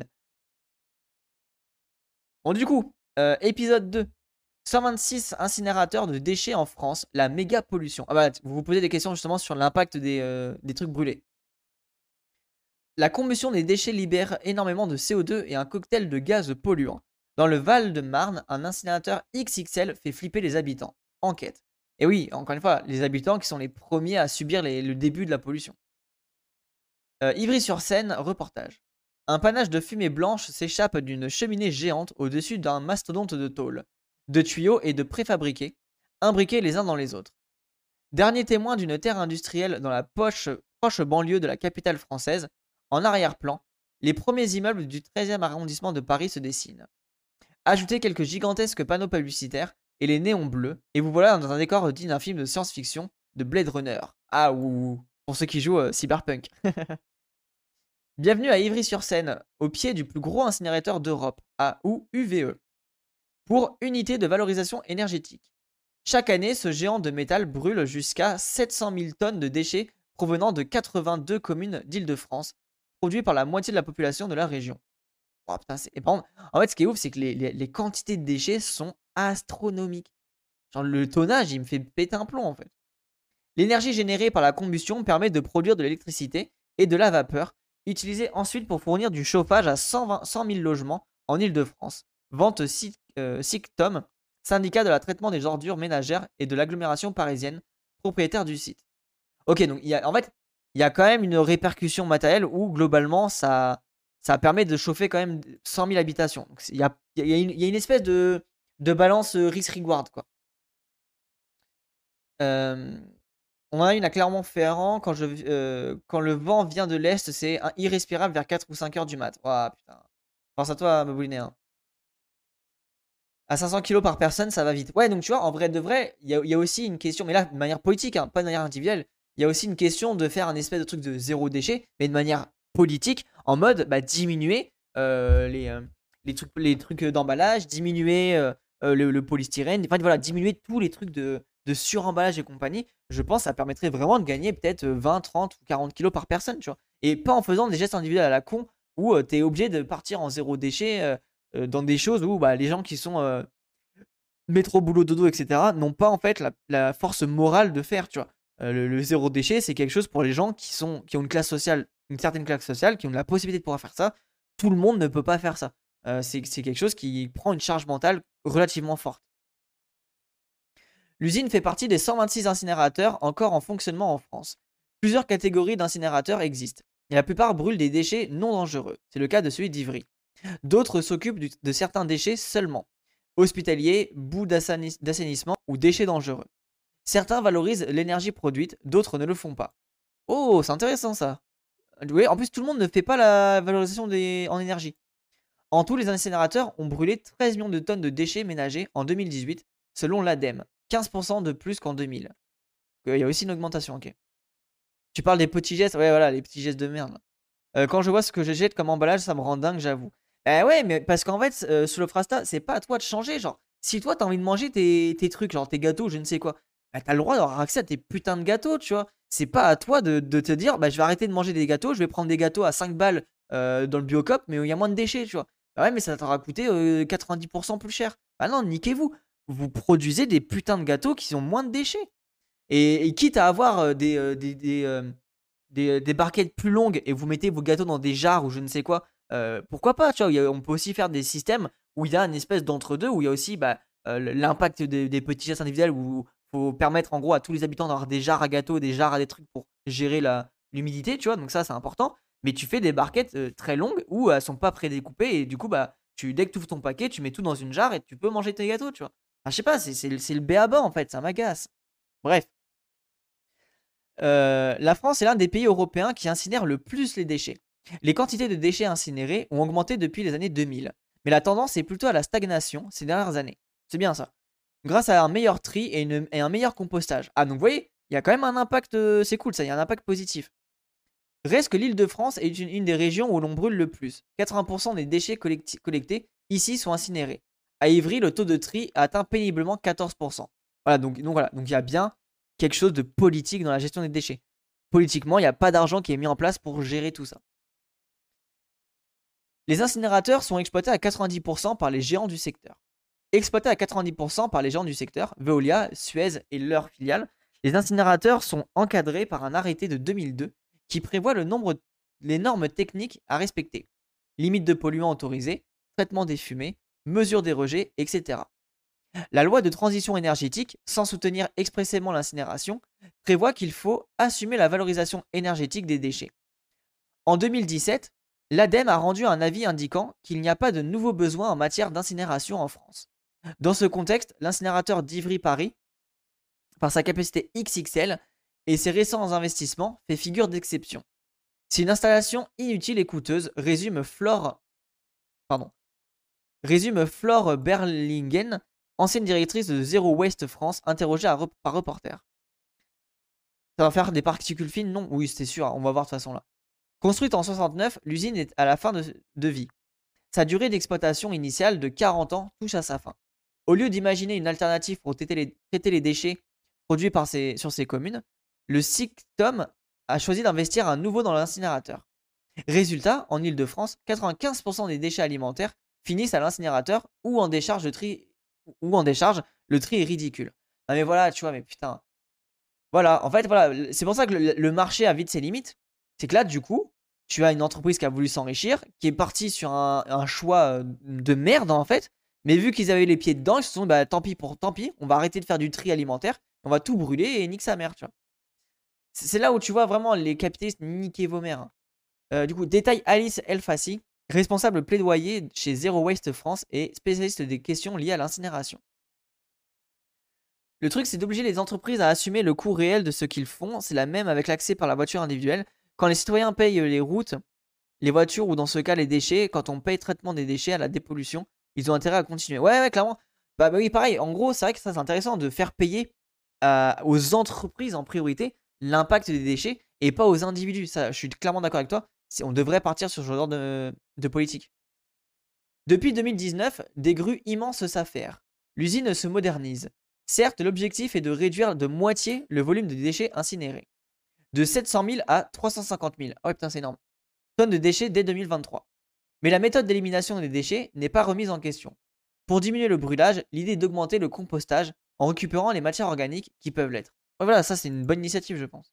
Bon, du coup, épisode 2. 126 incinérateurs de déchets en France, la méga pollution. Ah bah, vous vous posez des questions justement sur l'impact des trucs brûlés. La combustion des déchets libère énormément de CO2 et un cocktail de gaz polluants. Dans le Val-de-Marne, un incinérateur XXL fait flipper les habitants. Enquête. Et oui, encore une fois, les habitants qui sont les premiers à subir le début de la pollution. Ivry-sur-Seine, reportage. Un panache de fumée blanche s'échappe d'une cheminée géante au-dessus d'un mastodonte de tôle, de tuyaux et de préfabriqués, imbriqués les uns dans les autres. Dernier témoin d'une terre industrielle dans la proche banlieue de la capitale française, en arrière-plan, les premiers immeubles du 13e arrondissement de Paris se dessinent. Ajoutez quelques gigantesques panneaux publicitaires et les néons bleus, et vous voilà dans un décor digne d'un film de science-fiction de Blade Runner. Ah ouh, pour ceux qui jouent Cyberpunk. Bienvenue à Ivry-sur-Seine, au pied du plus gros incinérateur d'Europe, ou UVE, pour unité de valorisation énergétique. Chaque année, ce géant de métal brûle jusqu'à 700 000 tonnes de déchets provenant de 82 communes d'Île-de-France, produits par la moitié de la population de la région. Oh, putain, en fait, ce qui est ouf, c'est que les quantités de déchets sont astronomiques. Genre, le tonnage, il me fait péter un plomb, en fait. L'énergie générée par la combustion permet de produire de l'électricité et de la vapeur, utilisée ensuite pour fournir du chauffage à 100 000 logements en Île-de-France. Vente SICTOM, syndicat de la traitement des ordures ménagères et de l'agglomération parisienne, propriétaire du site. Ok, donc en fait, il y a quand même une répercussion matérielle où globalement ça permet de chauffer quand même 100 000 habitations. Donc, il y a une espèce de balance risk-reward, quoi. On en a une à Clermont-Ferrand. Quand le vent vient de l'est, c'est irrespirable vers 4 ou 5 heures du mat. Ouah, putain. Pense à toi, me bouliner. Hein. À 500 kilos par personne, ça va vite. Ouais, donc tu vois, en vrai de vrai, il y a aussi une question, mais là, de manière politique, hein, pas de manière individuelle. Il y a aussi une question de faire un espèce de truc de zéro déchet, mais de manière politique, en mode bah, diminuer les trucs d'emballage, diminuer le polystyrène, enfin voilà, diminuer tous les trucs de suremballage et compagnie. Je pense que ça permettrait vraiment de gagner peut-être 20, 30 ou 40 kilos par personne, tu vois. Et pas en faisant des gestes individuels à la con où tu es obligé de partir en zéro déchet dans des choses où bah, les gens qui sont métro, boulot, dodo, etc., n'ont pas en fait la force morale de faire, tu vois. Le zéro déchet, c'est quelque chose pour les gens qui ont une classe sociale, une certaine classe sociale, qui ont la possibilité de pouvoir faire ça. Tout le monde ne peut pas faire ça. C'est quelque chose qui prend une charge mentale relativement forte. L'usine fait partie des 126 incinérateurs encore en fonctionnement en France. Plusieurs catégories d'incinérateurs existent, et la plupart brûlent des déchets non dangereux. C'est le cas de celui d'Ivry. D'autres s'occupent de certains déchets seulement. Hospitaliers, boues d'assainissement ou déchets dangereux. Certains valorisent l'énergie produite, d'autres ne le font pas. Oh, c'est intéressant ça. Oui, en plus, tout le monde ne fait pas la valorisation en énergie. En tout, les incinérateurs ont brûlé 13 millions de tonnes de déchets ménagers en 2018, selon l'ADEME. 15% de plus qu'en 2000. Il y a aussi une augmentation, ok. Tu parles des petits gestes, ouais, voilà, les petits gestes de merde. Quand je vois ce que je jette comme emballage, ça me rend dingue, j'avoue. Bah ouais, mais parce qu'en fait, sous le Frasta, c'est pas à toi de changer. Genre, si toi t'as envie de manger tes trucs, genre tes gâteaux, je ne sais quoi, bah t'as le droit d'avoir accès à tes putains de gâteaux, tu vois. C'est pas à toi de te dire, bah je vais arrêter de manger des gâteaux, je vais prendre des gâteaux à 5 balles dans le Biocop, mais il y a moins de déchets, tu vois. Bah ouais, mais ça t'aura coûté 90% plus cher. Bah non, niquez-vous. Vous produisez des putains de gâteaux qui ont moins de déchets. Et quitte à avoir des barquettes plus longues et vous mettez vos gâteaux dans des jarres ou je ne sais quoi, pourquoi pas, tu vois, on peut aussi faire des systèmes où il y a une espèce d'entre-deux, où il y a aussi bah, l'impact des petits gestes individuels, où il faut permettre en gros à tous les habitants d'avoir des jarres à gâteaux, des jarres à des trucs pour gérer l'humidité, tu vois, donc ça c'est important. Mais tu fais des barquettes très longues où elles sont pas prédécoupées et du coup, bah, dès que tu ouvres ton paquet, tu mets tout dans une jarre et tu peux manger tes gâteaux, tu vois. Enfin, je sais pas, c'est le b.a.-ba en fait, ça m'agace. Bref. La France est l'un des pays européens qui incinère le plus les déchets. Les quantités de déchets incinérés ont augmenté depuis les années 2000, mais la tendance est plutôt à la stagnation ces dernières années. C'est bien ça. Grâce à un meilleur tri et un meilleur compostage. Ah, donc vous voyez, il y a quand même un impact, c'est cool ça, il y a un impact positif. Reste que l'Île-de-France est une des régions où l'on brûle le plus. 80% des déchets collectés ici sont incinérés. À Ivry, le taux de tri a atteint péniblement 14%. Voilà, donc il y a bien quelque chose de politique dans la gestion des déchets. Politiquement, il n'y a pas d'argent qui est mis en place pour gérer tout ça. Les incinérateurs sont exploités à 90% par les géants du secteur. Exploités à 90% par les géants du secteur, Veolia, Suez et leurs filiales, les incinérateurs sont encadrés par un arrêté de 2002 qui prévoit les normes techniques à respecter. Limite de polluants autorisés, traitement des fumées, mesure des rejets, etc. La loi de transition énergétique, sans soutenir expressément l'incinération, prévoit qu'il faut assumer la valorisation énergétique des déchets. En 2017, l'ADEME a rendu un avis indiquant qu'il n'y a pas de nouveaux besoins en matière d'incinération en France. Dans ce contexte, l'incinérateur d'Ivry-Paris, par sa capacité XXL et ses récents investissements, fait figure d'exception. C'est une installation inutile et coûteuse, résume Flore Berlingen, ancienne directrice de Zero Waste France, interrogée par Reporter. Ça va faire des particules fines? Non, oui, c'est sûr, on va voir de toute façon là. Construite en 69, l'usine est à la fin de vie. Sa durée d'exploitation initiale de 40 ans touche à sa fin. Au lieu d'imaginer une alternative pour traiter les déchets produits sur ces communes, le SICTOM a choisi d'investir à nouveau dans l'incinérateur. Résultat, en Ile-de-France, 95% des déchets alimentaires finissent à l'incinérateur ou en décharge, le tri est ridicule. Non mais voilà, tu vois, mais putain. Voilà, en fait, voilà, c'est pour ça que le marché a vite ses limites. C'est que là, du coup, tu as une entreprise qui a voulu s'enrichir, qui est partie sur un choix de merde, en fait. Mais vu qu'ils avaient les pieds dedans, ils se sont dit, bah tant pis, on va arrêter de faire du tri alimentaire, on va tout brûler et nique sa mère, tu vois. C'est là où tu vois vraiment les capitalistes niquer vos mères. Du coup, détail Alice Elfassi, responsable plaidoyer chez Zero Waste France et spécialiste des questions liées à l'incinération. Le truc, c'est d'obliger les entreprises à assumer le coût réel de ce qu'ils font. C'est la même avec l'accès par la voiture individuelle. Quand les citoyens payent les routes, les voitures ou dans ce cas les déchets, quand on paye traitement des déchets à la dépollution, ils ont intérêt à continuer. Ouais, clairement. Bah oui, pareil. En gros, c'est vrai que ça, c'est intéressant de faire payer aux entreprises en priorité l'impact des déchets et pas aux individus. Ça, je suis clairement d'accord avec toi. On devrait partir sur ce genre de politique. Depuis 2019, des grues immenses s'affairent. L'usine se modernise. Certes, l'objectif est de réduire de moitié le volume de déchets incinérés. De 700 000 à 350 000. Ah ouais, putain, c'est énorme. Tonnes de déchets dès 2023. Mais la méthode d'élimination des déchets n'est pas remise en question. Pour diminuer le brûlage, l'idée est d'augmenter le compostage en récupérant les matières organiques qui peuvent l'être. Ouais, voilà, ça c'est une bonne initiative, je pense.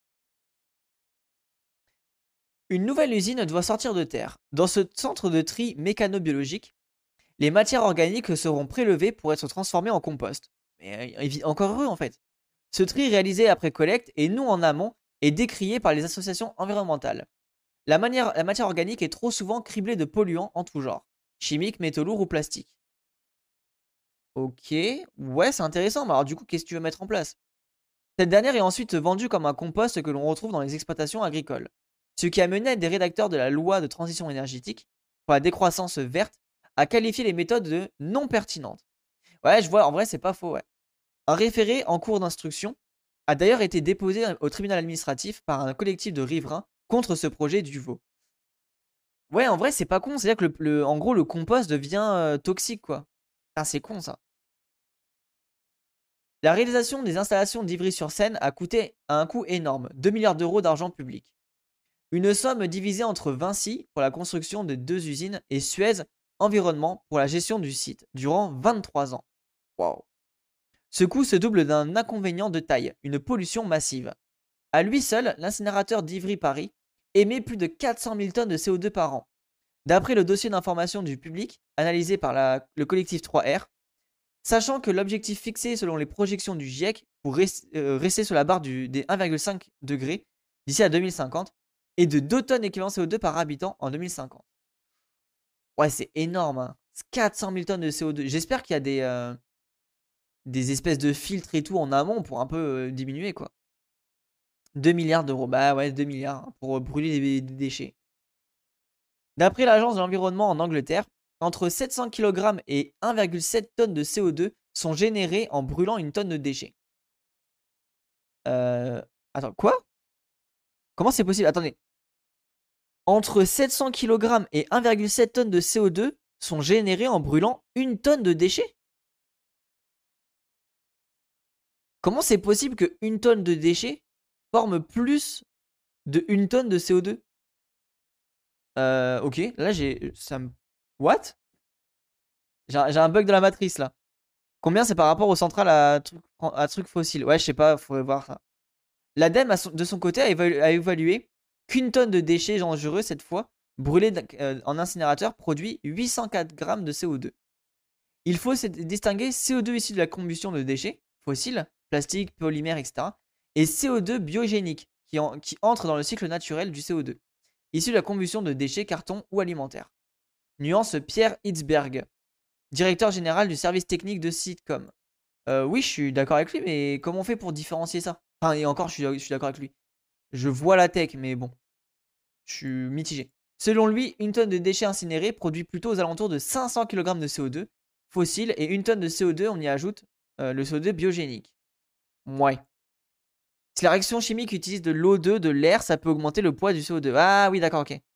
Une nouvelle usine doit sortir de terre. Dans ce centre de tri mécanobiologique, les matières organiques seront prélevées pour être transformées en compost. Mais encore heureux en fait. Ce tri réalisé après collecte et non en amont est décrié par les associations environnementales. La matière organique est trop souvent criblée de polluants en tout genre, chimiques, métaux lourds ou plastiques. Ok, ouais, c'est intéressant, mais alors du coup, qu'est-ce que tu veux mettre en place? Cette dernière est ensuite vendue comme un compost que l'on retrouve dans les exploitations agricoles. Ce qui a mené des rédacteurs de la loi de transition énergétique pour la décroissance verte à qualifier les méthodes de non pertinentes. Ouais, je vois, en vrai, c'est pas faux, ouais. Un référé en cours d'instruction a d'ailleurs été déposé au tribunal administratif par un collectif de riverains contre ce projet du veau. Ouais, en vrai, c'est pas con. C'est-à-dire que en gros, le compost devient toxique, quoi. Ah, c'est con, ça. La réalisation des installations d'Ivry-sur-Seine a coûté à un coût énorme, 2 milliards d'euros d'argent public. Une somme divisée entre Vinci pour la construction de 2 usines et Suez Environnement pour la gestion du site durant 23 ans. Waouh. Ce coût se double d'un inconvénient de taille, une pollution massive. À lui seul, l'incinérateur d'Ivry-Paris émet plus de 400 000 tonnes de CO2 par an. D'après le dossier d'information du public analysé par le collectif 3R, sachant que l'objectif fixé selon les projections du GIEC pour rester sur la barre des 1,5 degrés d'ici à 2050 est de 2 tonnes équivalent CO2 par habitant en 2050. Ouais, c'est énorme, hein. 400 000 tonnes de CO2. J'espère qu'il y a des espèces de filtres et tout en amont pour un peu diminuer, quoi. 2 milliards d'euros. Bah ouais, 2 milliards hein, pour brûler des déchets. D'après l'Agence de l'environnement en Angleterre, entre 700 kg et 1,7 tonnes de CO2 sont générés en brûlant une tonne de déchets. Attends, quoi? Comment c'est possible? Attendez. Entre 700 kg et 1,7 tonnes de CO2 sont générés en brûlant une tonne de déchets? Comment c'est possible que une tonne de déchets forme plus de une tonne de CO2? Ok, là j'ai... Ça me... What? J'ai un bug de la matrice là. Combien c'est par rapport aux centrales à trucs fossiles? Ouais, je sais pas, faudrait voir ça. L'ADEME, de son côté, a évalué qu'une tonne de déchets dangereux, cette fois, brûlés en incinérateur, produit 804 grammes de CO2. Il faut distinguer CO2 issu de la combustion de déchets fossiles, plastique, polymères, etc., et CO2 biogénique, qui entre dans le cycle naturel du CO2, issu de la combustion de déchets, carton ou alimentaires. Nuance Pierre Hitzberg, directeur général du service technique de Sitcom. Oui, je suis d'accord avec lui, mais comment on fait pour différencier ça? Enfin, et encore, je suis d'accord avec lui. Je vois la tech, mais bon, je suis mitigé. Selon lui, une tonne de déchets incinérés produit plutôt aux alentours de 500 kg de CO2 fossile et une tonne de CO2, on y ajoute le CO2 biogénique. Ouais. Si la réaction chimique utilise de l'O2, de l'air, ça peut augmenter le poids du CO2. Ah oui, d'accord, ok.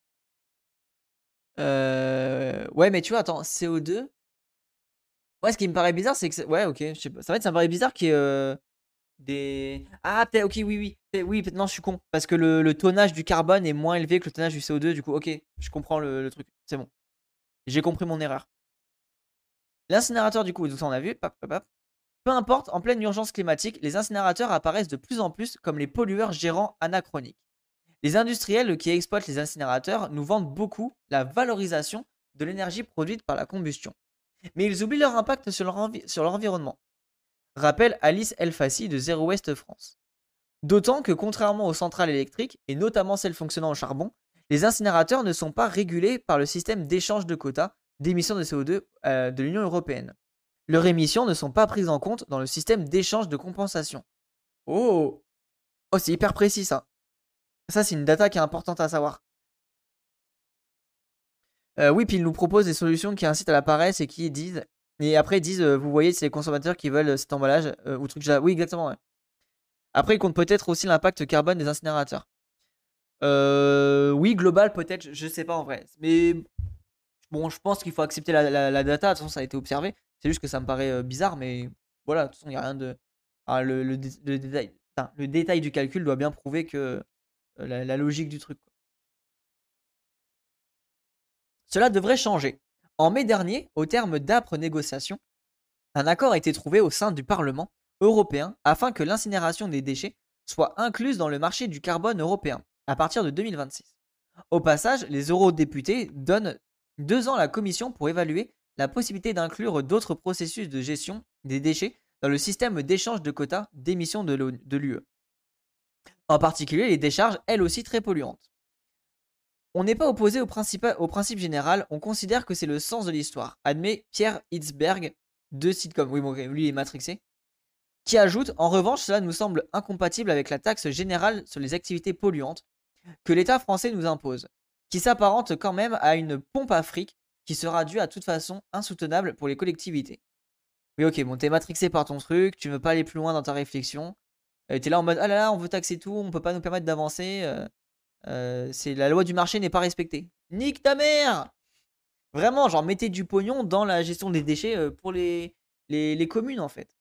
Ouais, mais tu vois, attends, CO2. Ouais, ce qui me paraît bizarre, c'est que. Ouais, ok, je sais pas. Ça me paraît bizarre qu'il y ait des. Ah, peut-être, ok, oui, oui. Oui, non, je suis con. Parce que le tonnage du carbone est moins élevé que le tonnage du CO2. Du coup, ok, je comprends le truc. C'est bon. J'ai compris mon erreur. L'incinérateur, du coup, tout ça, on a vu. Peu importe, en pleine urgence climatique, les incinérateurs apparaissent de plus en plus comme les pollueurs gérants anachroniques. Les industriels qui exploitent les incinérateurs nous vendent beaucoup la valorisation de l'énergie produite par la combustion. Mais ils oublient leur impact sur leur environnement. Rappelle Alice Elfassi de Zero Waste France. D'autant que contrairement aux centrales électriques, et notamment celles fonctionnant au charbon, les incinérateurs ne sont pas régulés par le système d'échange de quotas d'émissions de CO2 de l'Union européenne. Leurs émissions ne sont pas prises en compte dans le système d'échange de compensation. Oh, oh, c'est hyper précis ça. Ça, c'est une data qui est importante à savoir. Oui, puis ils nous proposent des solutions qui incitent à la paresse et qui disent. Et après, ils disent vous voyez, c'est les consommateurs qui veulent cet emballage ou truc. Oui, exactement, ouais. Après, ils comptent peut-être aussi l'impact carbone des incinérateurs. Oui, global, peut-être, je sais pas en vrai. Mais bon, je pense qu'il faut accepter la data. De toute façon, ça a été observé. C'est juste que ça me paraît bizarre, mais voilà, de toute façon, il n'y a rien de. Ah, le détail du calcul doit bien prouver que la logique du truc, quoi. Cela devrait changer. En mai dernier, au terme d'âpres négociations, un accord a été trouvé au sein du Parlement européen afin que l'incinération des déchets soit incluse dans le marché du carbone européen à partir de 2026. Au passage, les eurodéputés donnent 2 ans à la Commission pour évaluer la possibilité d'inclure d'autres processus de gestion des déchets dans le système d'échange de quotas d'émissions de l'UE. En particulier les décharges, elles aussi très polluantes. On n'est pas opposé au principe général, on considère que c'est le sens de l'histoire, admet Pierre Hitzberg de Sitcom. Oui, bon, lui il est matrixé. Qui ajoute, en revanche, cela nous semble incompatible avec la taxe générale sur les activités polluantes que l'État français nous impose, qui s'apparente quand même à une pompe à fric qui sera due à toute façon insoutenable pour les collectivités. Oui, ok, bon, t'es matrixé par ton truc, tu ne veux pas aller plus loin dans ta réflexion. T'es là en mode, ah là là, on veut taxer tout, on peut pas nous permettre d'avancer. C'est la loi du marché n'est pas respectée. Nique ta mère! Vraiment, genre, mettez du pognon dans la gestion des déchets pour les communes, en fait.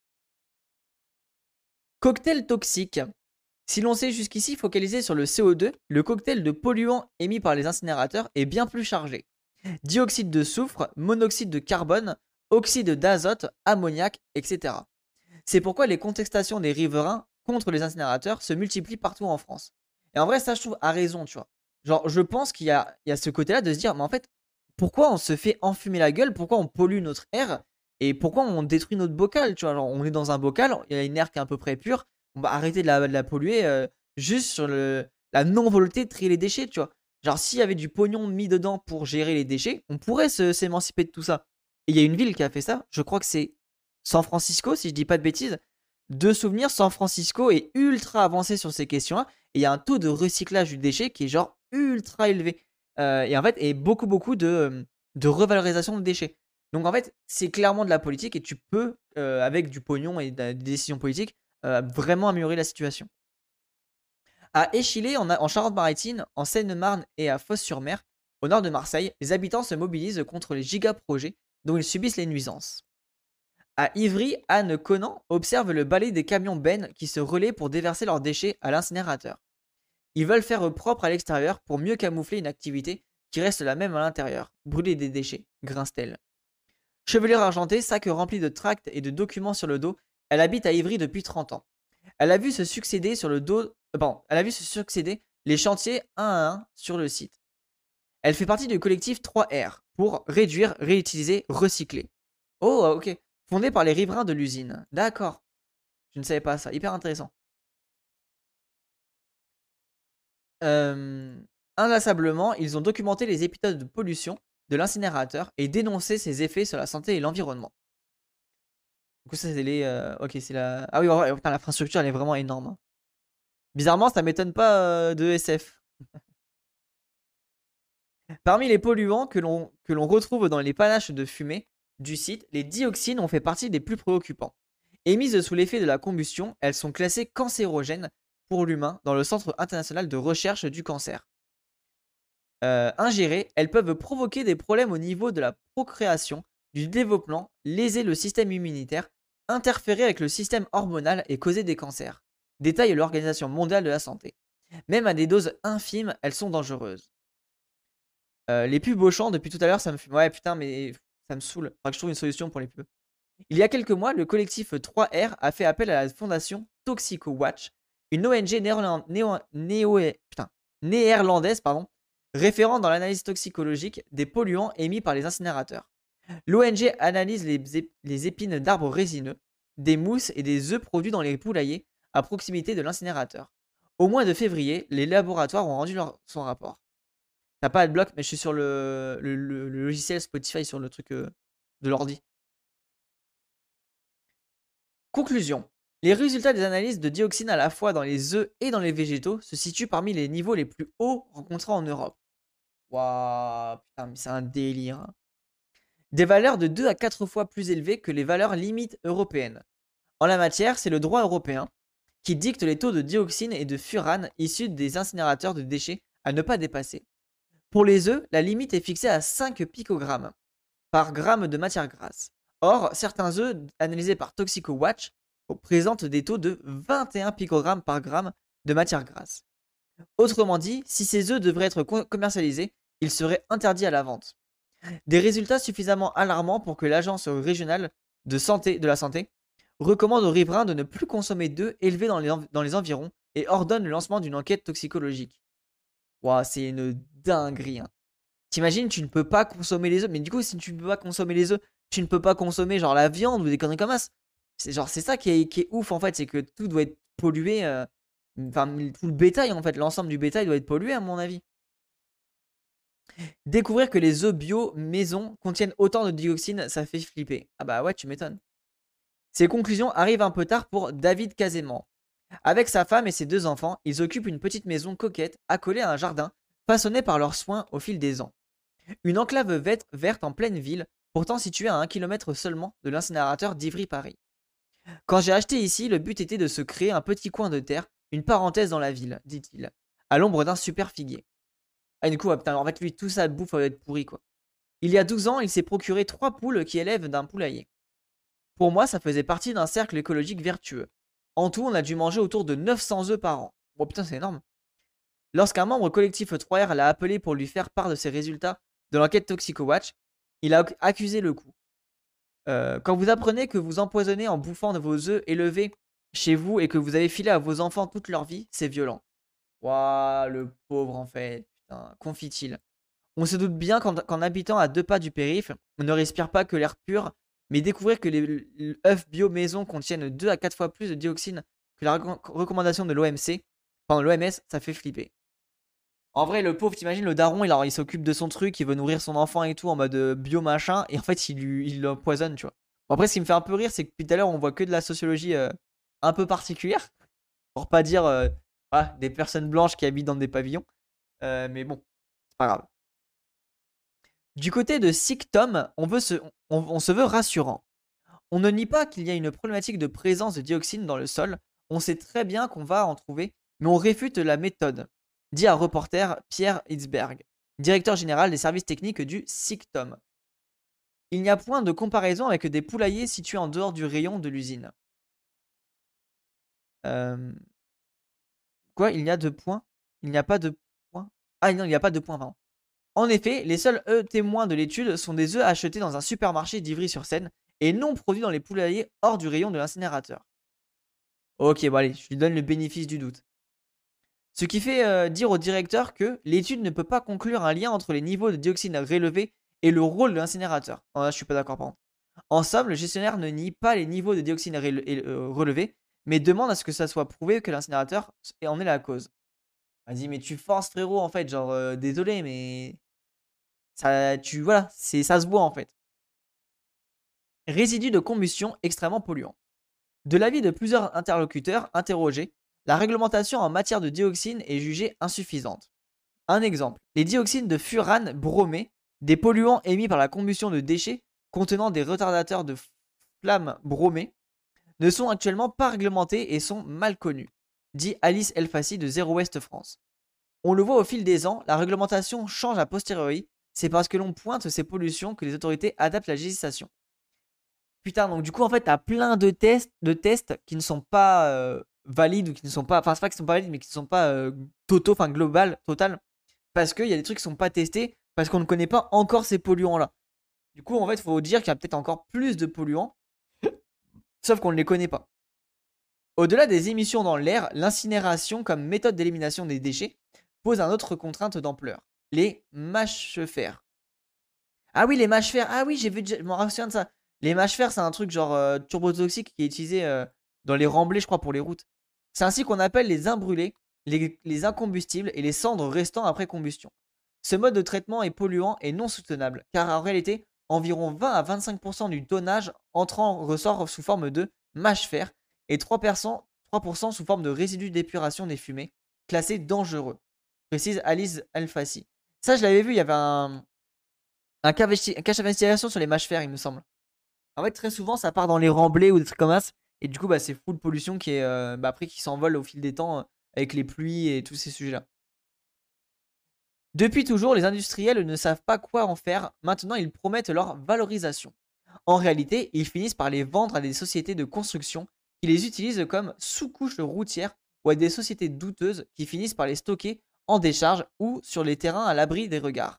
Cocktail toxique. Si l'on s'est jusqu'ici focalisé sur le CO2, le cocktail de polluants émis par les incinérateurs est bien plus chargé. Dioxyde de soufre, monoxyde de carbone, oxyde d'azote, ammoniac, etc. C'est pourquoi les contestations des riverains contre les incinérateurs se multiplient partout en France. Et en vrai, ça, je trouve, a raison, tu vois. Genre, je pense qu'il y a ce côté-là de se dire, mais en fait, pourquoi on se fait enfumer la gueule? Pourquoi on pollue notre air? Et pourquoi on détruit notre bocal? Tu vois, genre, on est dans un bocal, il y a une air qui est à peu près pure. On va arrêter de la polluer juste sur la non-volonté de trier les déchets, tu vois. Genre, s'il y avait du pognon mis dedans pour gérer les déchets, on pourrait s'émanciper de tout ça. Et il y a une ville qui a fait ça, je crois que c'est San Francisco, si je dis pas de bêtises. De souvenir, San Francisco est ultra avancé sur ces questions-là. Et il y a un taux de recyclage du déchet qui est genre ultra élevé. Et en fait, et beaucoup de revalorisation de déchets. Donc en fait, c'est clairement de la politique et tu peux, avec du pognon et des décisions politiques, vraiment améliorer la situation. À Échillé, en Charente-Maritime, en Seine-et-Marne et à Fos-sur-Mer, au nord de Marseille, les habitants se mobilisent contre les gigaprojets dont ils subissent les nuisances. À Ivry, Anne Conan observe le balai des camions bennes qui se relaient pour déverser leurs déchets à l'incinérateur. Ils veulent faire propre à l'extérieur pour mieux camoufler une activité qui reste la même à l'intérieur, brûler des déchets, grince-t-elle. Chevelure argentée, sac rempli de tracts et de documents sur le dos, elle habite à Ivry depuis 30 ans. Elle a vu se succéder les chantiers un à un sur le site. Elle fait partie du collectif 3R pour réduire, réutiliser, recycler. Oh, ok. Fondé par les riverains de l'usine. D'accord. Je ne savais pas ça. Hyper intéressant. Inlassablement, ils ont documenté les épisodes de pollution de l'incinérateur et dénoncé ses effets sur la santé et l'environnement. Du coup, ça, c'est les. Ok, c'est la. Ah oui, ouais, putain, l'infrastructure, elle est vraiment énorme, hein. Bizarrement, ça m'étonne pas de SF. Parmi les polluants que l'on retrouve dans les panaches de fumée du site, les dioxines ont fait partie des plus préoccupants. Émises sous l'effet de la combustion, elles sont classées cancérogènes pour l'humain dans le Centre international de recherche du cancer. Ingérées, elles peuvent provoquer des problèmes au niveau de la procréation, du développement, léser le système immunitaire, interférer avec le système hormonal et causer des cancers. Détaille l'Organisation mondiale de la santé. Même à des doses infimes, elles sont dangereuses. Les pubs Auchan, depuis tout à l'heure, ça me fume. Ouais, putain, mais ça me saoule. Faudra que je trouve une solution pour les pubs. Il y a quelques mois, le collectif 3R a fait appel à la fondation Toxico Watch, une ONG néerlandaise, référant dans l'analyse toxicologique des polluants émis par les incinérateurs. L'ONG analyse les épines d'arbres résineux, des mousses et des œufs produits dans les poulaillers à proximité de l'incinérateur. Au mois de février, les laboratoires ont rendu son rapport. T'as pas AdBlock, mais je suis sur le logiciel Spotify, sur le truc de l'ordi. Conclusion. Les résultats des analyses de dioxine à la fois dans les œufs et dans les végétaux se situent parmi les niveaux les plus hauts rencontrés en Europe. Waouh, putain, mais c'est un délire, hein. Des valeurs de 2 à 4 fois plus élevées que les valeurs limites européennes. En la matière, c'est le droit européen qui dicte les taux de dioxine et de furane issus des incinérateurs de déchets à ne pas dépasser. Pour les œufs, la limite est fixée à 5 picogrammes par gramme de matière grasse. Or, certains œufs analysés par Toxico Watch présentent des taux de 21 picogrammes par gramme de matière grasse. Autrement dit, si ces œufs devraient être commercialisés, ils seraient interdits à la vente. Des résultats suffisamment alarmants pour que l'agence régionale de la santé recommande aux riverains de ne plus consommer d'œufs élevés dans les environs et ordonne le lancement d'une enquête toxicologique. Waouh, c'est une dinguerie, hein. T'imagines, tu ne peux pas consommer les œufs. Mais du coup, si tu ne peux pas consommer les œufs, tu ne peux pas consommer genre la viande ou des conneries comme ça. C'est ça qui est ouf en fait, c'est que tout doit être pollué. Enfin, tout le bétail en fait, l'ensemble du bétail doit être pollué à mon avis. Découvrir que les œufs bio maison contiennent autant de dioxines, ça fait flipper. Ah bah ouais, tu m'étonnes. Ces conclusions arrivent un peu tard pour David Caséman. Avec sa femme et ses 2 enfants, ils occupent une petite maison coquette accolée à un jardin, façonné par leurs soins au fil des ans. Une enclave verte en pleine ville, pourtant située à 1 km seulement de l'incinérateur d'Ivry-Paris. Quand j'ai acheté ici, le but était de se créer un petit coin de terre, une parenthèse dans la ville, dit-il, à l'ombre d'un super figuier. Ah, du coup, putain, en fait, lui, tout ça de bouffe va être pourri, quoi. Il y a 12 ans, il s'est procuré 3 poules qui élèvent d'un poulailler. Pour moi, ça faisait partie d'un cercle écologique vertueux. En tout, on a dû manger autour de 900 œufs par an. Bon, putain, c'est énorme. Lorsqu'un membre collectif 3R l'a appelé pour lui faire part de ses résultats de l'enquête Toxico Watch, il a accusé le coup. Quand vous apprenez que vous empoisonnez en bouffant de vos œufs élevés chez vous et que vous avez filé à vos enfants toute leur vie, c'est violent. Waouh, le pauvre en fait. Putain, confie-t-il. On se doute bien qu'en habitant à 2 pas du périph', on ne respire pas que l'air pur, mais découvrir que les œufs bio maison contiennent 2 à 4 fois plus de dioxine que la recommandation de l'OMC, enfin l'OMS, ça fait flipper. En vrai, le pauvre, t'imagines, le daron, il s'occupe de son truc, il veut nourrir son enfant et tout en mode bio machin, et en fait, il l'empoisonne, tu vois. Bon, après, ce qui me fait un peu rire, c'est que depuis tout à l'heure, on voit que de la sociologie un peu particulière. Pour pas dire des personnes blanches qui habitent dans des pavillons. Mais bon, c'est pas grave. Du côté de SICTOM, on se veut rassurant. On ne nie pas qu'il y a une problématique de présence de dioxine dans le sol. On sait très bien qu'on va en trouver, mais on réfute la méthode, dit un reporter Pierre Hitzberg, directeur général des services techniques du SICTOM. Il n'y a point de comparaison avec des poulaillers situés en dehors du rayon de l'usine. Quoi? Il y a deux points? Il n'y a pas de points? Ah non, il n'y a pas de points, pardon. En effet, les seuls œufs témoins de l'étude sont des œufs achetés dans un supermarché d'Ivry-sur-Seine et non produits dans les poulaillers hors du rayon de l'incinérateur. Ok, bon allez, je lui donne le bénéfice du doute. Ce qui fait dire au directeur que l'étude ne peut pas conclure un lien entre les niveaux de dioxine relevés et le rôle de l'incinérateur. Non, là, je suis pas d'accord, par contre. En somme, le gestionnaire ne nie pas les niveaux de dioxine relevés, mais demande à ce que ça soit prouvé que l'incinérateur en est la cause. Vas-y, mais tu forces, frérot, en fait. Genre, désolé, mais voilà, ça se voit en fait. Résidus de combustion extrêmement polluants. De l'avis de plusieurs interlocuteurs interrogés, la réglementation en matière de dioxine est jugée insuffisante. Un exemple, les dioxines de furane bromé, des polluants émis par la combustion de déchets contenant des retardateurs de flammes bromées, ne sont actuellement pas réglementés et sont mal connus, dit Alice Elfassi de Zero Waste France. On le voit au fil des ans, la réglementation change a posteriori, c'est parce que l'on pointe ces pollutions que les autorités adaptent la législation. Putain, donc du coup, en fait, t'as plein de tests qui ne sont pas valides ou qui ne sont pas. Enfin, c'est pas qu'ils sont pas valides, mais qui ne sont pas totaux, enfin total. Parce qu'il y a des trucs qui ne sont pas testés, parce qu'on ne connaît pas encore ces polluants-là. Du coup, en fait, il faut dire qu'il y a peut-être encore plus de polluants, sauf qu'on ne les connaît pas. Au-delà des émissions dans l'air, l'incinération comme méthode d'élimination des déchets pose une autre contrainte d'ampleur. Les mâches-fer. Ah oui, les mâches-fer. Ah oui, je m'en souviens de ça. Les mâches-fer, c'est un truc genre turbotoxique qui est utilisé dans les remblais, je crois, pour les routes. C'est ainsi qu'on appelle les imbrûlés, les incombustibles et les cendres restant après combustion. Ce mode de traitement est polluant et non soutenable, car en réalité, environ 20 à 25% du tonnage entrant ressort sous forme de mâche-fer et 3% sous forme de résidus d'épuration des fumées, classés dangereux, précise Alice Alfassi. Ça, je l'avais vu, il y avait un cache d'investigation sur les mâches-fer, il me semble. En fait, très souvent, ça part dans les remblais ou des trucs comme ça. Et du coup, bah, c'est full pollution qui est après qui s'envole au fil des temps avec les pluies et tous ces sujets-là. Depuis toujours, les industriels ne savent pas quoi en faire. Maintenant, ils promettent leur valorisation. En réalité, ils finissent par les vendre à des sociétés de construction qui les utilisent comme sous-couche routière ou à des sociétés douteuses qui finissent par les stocker en décharge ou sur les terrains à l'abri des regards.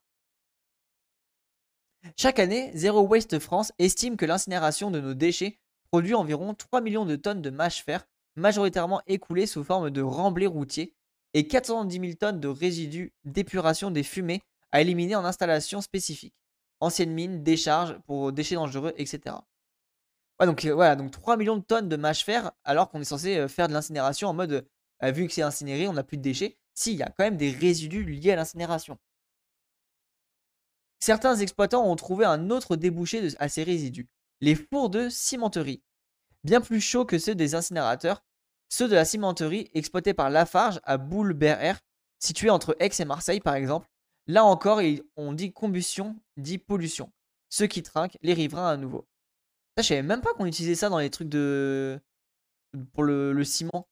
Chaque année, Zero Waste France estime que l'incinération de nos déchets produit environ 3 millions de tonnes de mâche-fer, majoritairement écoulées sous forme de remblais routiers, et 410 000 tonnes de résidus d'épuration des fumées à éliminer en installation spécifique. Anciennes mines, décharges pour déchets dangereux, etc. Ouais, donc voilà, donc 3 millions de tonnes de mâche-fer, alors qu'on est censé faire de l'incinération en mode, vu que c'est incinéré, on n'a plus de déchets. Si, il y a quand même des résidus liés à l'incinération. Certains exploitants ont trouvé un autre débouché à ces résidus, les fours de cimenterie. Bien plus chauds que ceux des incinérateurs, ceux de la cimenterie exploités par Lafarge à Boulbert, situé entre Aix et Marseille par exemple. Là encore, on dit combustion, dit pollution. Ceux qui trinquent les riverains à nouveau. Ça, je savais même pas qu'on utilisait ça dans les trucs pour le ciment.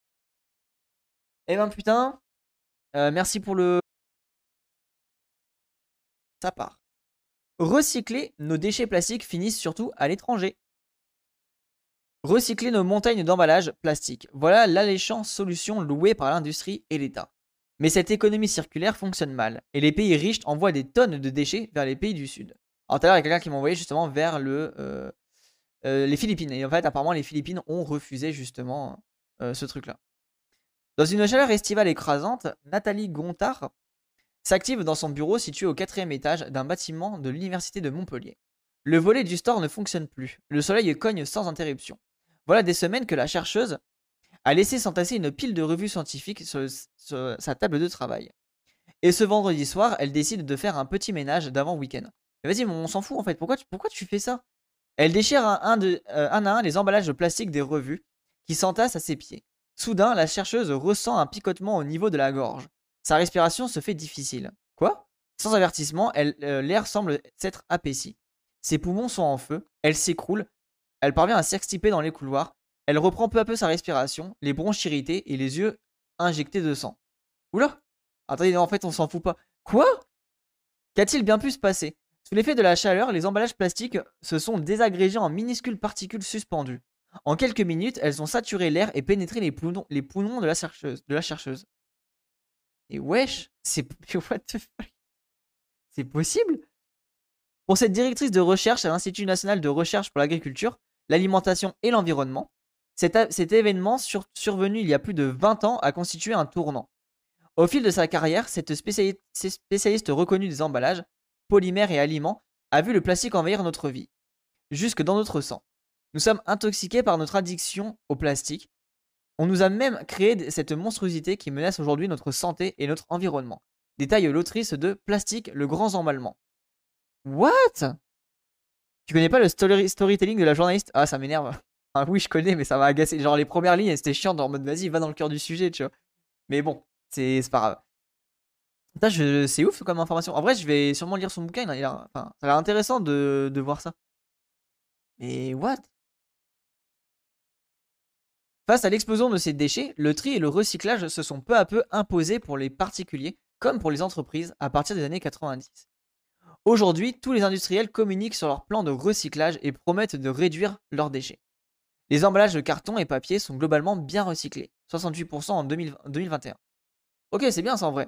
Eh ben putain, merci pour le... Ça part. Recycler nos déchets plastiques finissent surtout à l'étranger. Recycler nos montagnes d'emballage plastique. Voilà l'alléchante solution louée par l'industrie et l'État. Mais cette économie circulaire fonctionne mal, et les pays riches envoient des tonnes de déchets vers les pays du Sud. Alors tout à l'heure, il y a quelqu'un qui m'a envoyé justement vers les Philippines. Et en fait, apparemment, les Philippines ont refusé justement ce truc-là. Dans une chaleur estivale écrasante, Nathalie Gontard s'active dans son bureau situé au 4e étage d'un bâtiment de l'université de Montpellier. Le volet du store ne fonctionne plus. Le soleil cogne sans interruption. Voilà des semaines que la chercheuse a laissé s'entasser une pile de revues scientifiques sur sa table de travail. Et ce vendredi soir, elle décide de faire un petit ménage d'avant week-end. Mais vas-y, on s'en fout en fait. Pourquoi tu fais ça? Elle déchire un à un les emballages de plastique des revues qui s'entassent à ses pieds. Soudain, la chercheuse ressent un picotement au niveau de la gorge. Sa respiration se fait difficile. Quoi? Sans avertissement, l'air semble s'être apaisi. Ses poumons sont en feu, elle s'écroule, elle parvient à s'extirper dans les couloirs, elle reprend peu à peu sa respiration, les bronches irrités et les yeux injectés de sang. Oula! Attendez, en fait, on s'en fout pas. Quoi? Qu'a-t-il bien pu se passer? Sous l'effet de la chaleur, les emballages plastiques se sont désagrégés en minuscules particules suspendues. En quelques minutes, elles ont saturé l'air et pénétré les poumons de la chercheuse. Et wesh, c'est what the fuck? C'est possible? Pour cette directrice de recherche à l'Institut national de recherche pour l'agriculture, l'alimentation et l'environnement, cet événement survenu il y a plus de 20 ans a constitué un tournant. Au fil de sa carrière, cette spécialiste reconnue des emballages, polymères et aliments, a vu le plastique envahir notre vie, jusque dans notre sang. Nous sommes intoxiqués par notre addiction au plastique. On nous a même créé cette monstruosité qui menace aujourd'hui notre santé et notre environnement. Détaille l'autrice de Plastique, le grand emballement. What? Tu connais pas le storytelling de la journaliste? Ah, ça m'énerve. Ah oui, je connais, mais ça m'a agacé. Genre, les premières lignes, c'était chiant, en mode vas-y, va dans le cœur du sujet, tu vois. Mais bon, c'est pas grave. C'est ouf comme information. En vrai, je vais sûrement lire son bouquin. Enfin, ça a l'air intéressant de voir ça. Mais what? Face à l'explosion de ces déchets, le tri et le recyclage se sont peu à peu imposés pour les particuliers comme pour les entreprises à partir des années 90. Aujourd'hui, tous les industriels communiquent sur leur plan de recyclage et promettent de réduire leurs déchets. Les emballages de carton et papier sont globalement bien recyclés, 68% en 2021. Ok, c'est bien ça en vrai.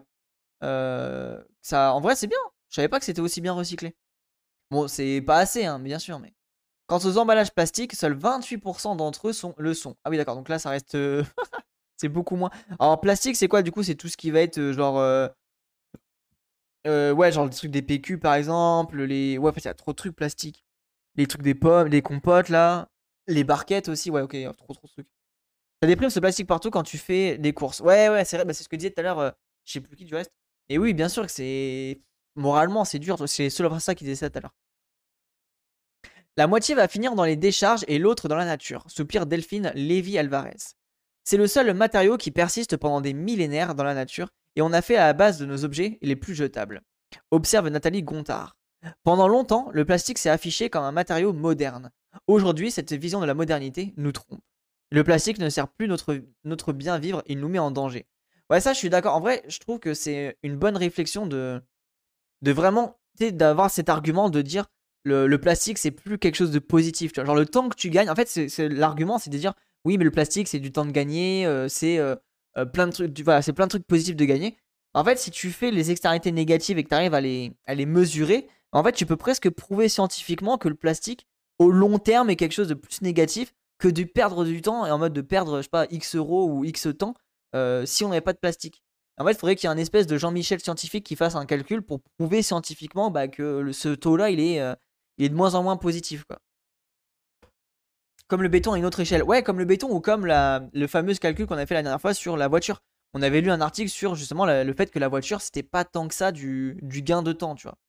En vrai, c'est bien. Je savais pas que c'était aussi bien recyclé. Bon, c'est pas assez, hein, bien sûr, mais. Quant aux emballages plastiques, seuls 28% d'entre eux le sont. Ah oui, d'accord, donc là, ça reste. C'est beaucoup moins. Alors, plastique, c'est quoi du coup? C'est tout ce qui va être genre. Ouais, genre les trucs des PQ par exemple. Ouais, en fait, il y a trop de trucs plastiques. Les trucs des pommes, les compotes là. Les barquettes aussi, ouais, ok, trop de trucs. Ça déprime ce plastique partout quand tu fais des courses. Ouais, c'est vrai, bah, c'est ce que disait tout à l'heure, je sais plus qui du reste. Et oui, bien sûr que c'est. Moralement, c'est dur. C'est seulement ça qui disait ça tout à l'heure. La moitié va finir dans les décharges et l'autre dans la nature, soupire Delphine Lévy Alvarez. C'est le seul matériau qui persiste pendant des millénaires dans la nature et on a fait à la base de nos objets les plus jetables. Observe Nathalie Gontard. Pendant longtemps, le plastique s'est affiché comme un matériau moderne. Aujourd'hui, cette vision de la modernité nous trompe. Le plastique ne sert plus notre bien vivre, il nous met en danger. Ouais, ça, je suis d'accord. En vrai, je trouve que c'est une bonne réflexion de vraiment, d'avoir cet argument de dire le plastique, c'est plus quelque chose de positif. Tu vois. Genre, le temps que tu gagnes, en fait, l'argument, c'est de dire oui, mais le plastique, c'est du temps de gagner, c'est plein de trucs, voilà, c'est plein de trucs positifs de gagner. En fait, si tu fais les externalités négatives et que tu arrives à les mesurer, en fait, tu peux presque prouver scientifiquement que le plastique, au long terme, est quelque chose de plus négatif que de perdre du temps et en mode de perdre, je sais pas, X euros ou X temps si on n'avait pas de plastique. En fait, il faudrait qu'il y ait un espèce de Jean-Michel scientifique qui fasse un calcul pour prouver scientifiquement que ce taux-là, il est de moins en moins positif, quoi. Comme le béton à une autre échelle. Ouais, comme le béton ou comme le fameux calcul qu'on a fait la dernière fois sur la voiture. On avait lu un article sur justement le fait que la voiture, c'était pas tant que ça du gain de temps, tu vois.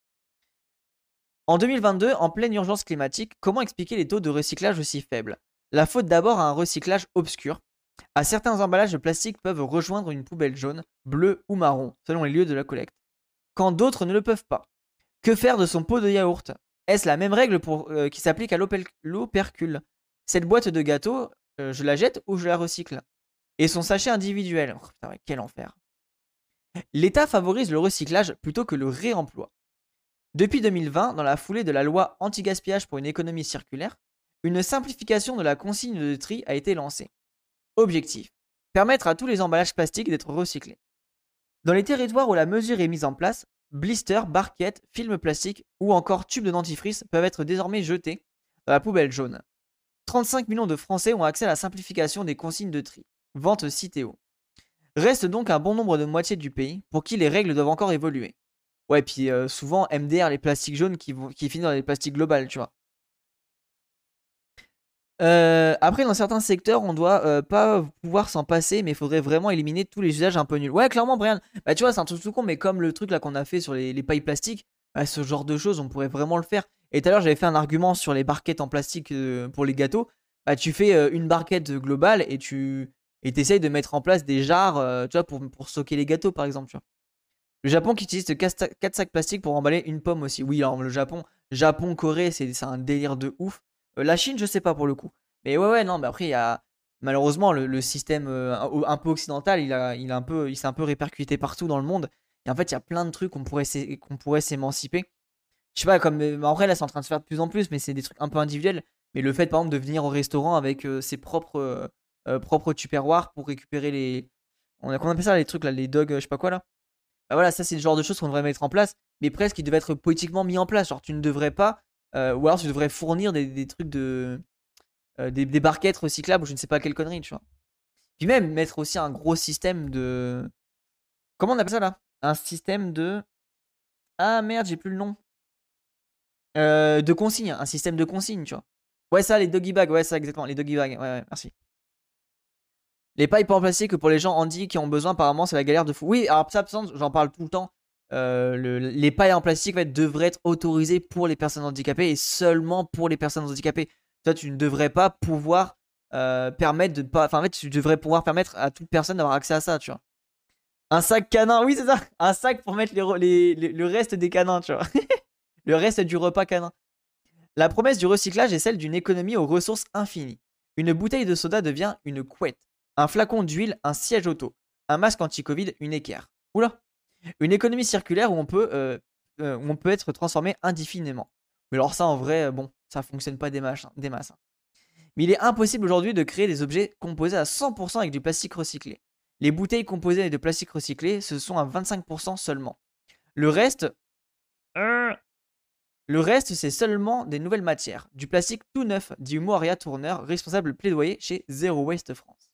En 2022, en pleine urgence climatique, comment expliquer les taux de recyclage aussi faibles? La faute d'abord à un recyclage obscur. À certains emballages de plastique peuvent rejoindre une poubelle jaune, bleue ou marron, selon les lieux de la collecte, quand d'autres ne le peuvent pas. Que faire de son pot de yaourt? Est-ce la même règle qui s'applique à l'opercule? Cette boîte de gâteau, je la jette ou je la recycle? Et son sachet individuel? Oh, putain, quel enfer. L'État favorise le recyclage plutôt que le réemploi. Depuis 2020, dans la foulée de la loi anti-gaspillage pour une économie circulaire, une simplification de la consigne de tri a été lancée. Objectif: permettre à tous les emballages plastiques d'être recyclés. Dans les territoires où la mesure est mise en place, blisters, barquettes, films plastiques ou encore tubes de dentifrice peuvent être désormais jetés dans la poubelle jaune. 35 millions de Français ont accès à la simplification des consignes de tri. Vente Citeo. Reste donc un bon nombre de moitié du pays pour qui les règles doivent encore évoluer. Ouais, puis souvent MDR, les plastiques jaunes qui finissent dans les plastiques globales, tu vois. Après, dans certains secteurs, on doit pas pouvoir s'en passer, mais il faudrait vraiment éliminer tous les usages un peu nuls. Ouais, clairement, Brian. Bah, tu vois, c'est un truc tout con, mais comme le truc là qu'on a fait sur les pailles plastiques, bah, ce genre de choses, on pourrait vraiment le faire. Et tout à l'heure, j'avais fait un argument sur les barquettes en plastique pour les gâteaux. Bah, tu fais une barquette globale et tu essayes de mettre en place des jarres tu vois, pour stocker les gâteaux, par exemple. Tu vois. Le Japon qui utilise 4 sacs plastiques pour emballer une pomme aussi. Oui, alors le Japon, Corée, c'est un délire de ouf. La Chine, je sais pas pour le coup. Mais ouais, non, mais après, il y a. Malheureusement, le système un peu occidental, il s'est un peu répercuté partout dans le monde. Et en fait, il y a plein de trucs qu'on pourrait s'émanciper. Je sais pas, comme. En vrai, là, c'est en train de se faire de plus en plus, mais c'est des trucs un peu individuels. Mais le fait, par exemple, de venir au restaurant avec ses propres tupperwares pour récupérer les. Qu'on appelle ça les trucs là, les dogs, je sais pas quoi là. Bah voilà, ça c'est le genre de choses qu'on devrait mettre en place, mais presque qui devait être politiquement mis en place. Genre, tu ne devrais pas. Ou alors, tu devrais fournir des trucs de. Des barquettes recyclables ou je ne sais pas quelle connerie, tu vois. Puis même mettre aussi un gros système de. Comment on appelle ça là? Un système de. Ah merde, j'ai plus le nom. De consigne, un système de consigne, tu vois. Ouais, ça, les doggy bags, ouais, ça, exactement, les doggy bags, ouais, merci. Les pipes en plastique pour les gens handi qui ont besoin, apparemment, c'est la galère de fou. Oui, alors ça, j'en parle tout le temps. Les pailles en plastique devraient être autorisées pour les personnes handicapées et seulement pour les personnes handicapées. Toi, tu ne devrais pas pouvoir permettre de pas. Enfin, en fait, tu devrais pouvoir permettre à toute personne d'avoir accès à ça, tu vois. Un sac canin, oui, c'est ça. Un sac pour mettre le reste des canins, tu vois. Le reste du repas canin. La promesse du recyclage est celle d'une économie aux ressources infinies. Une bouteille de soda devient une couette. Un flacon d'huile, un siège auto. Un masque anti-Covid, une équerre. Oula. Une économie circulaire où où on peut être transformé indéfiniment. Mais alors ça, en vrai, bon, ça fonctionne pas des masses. Hein. Mais il est impossible aujourd'hui de créer des objets composés à 100% avec du plastique recyclé. Les bouteilles composées de plastique recyclé, ce sont à 25% seulement. Le reste, c'est seulement des nouvelles matières. Du plastique tout neuf, dit Moria Tourneur, responsable plaidoyer chez Zero Waste France.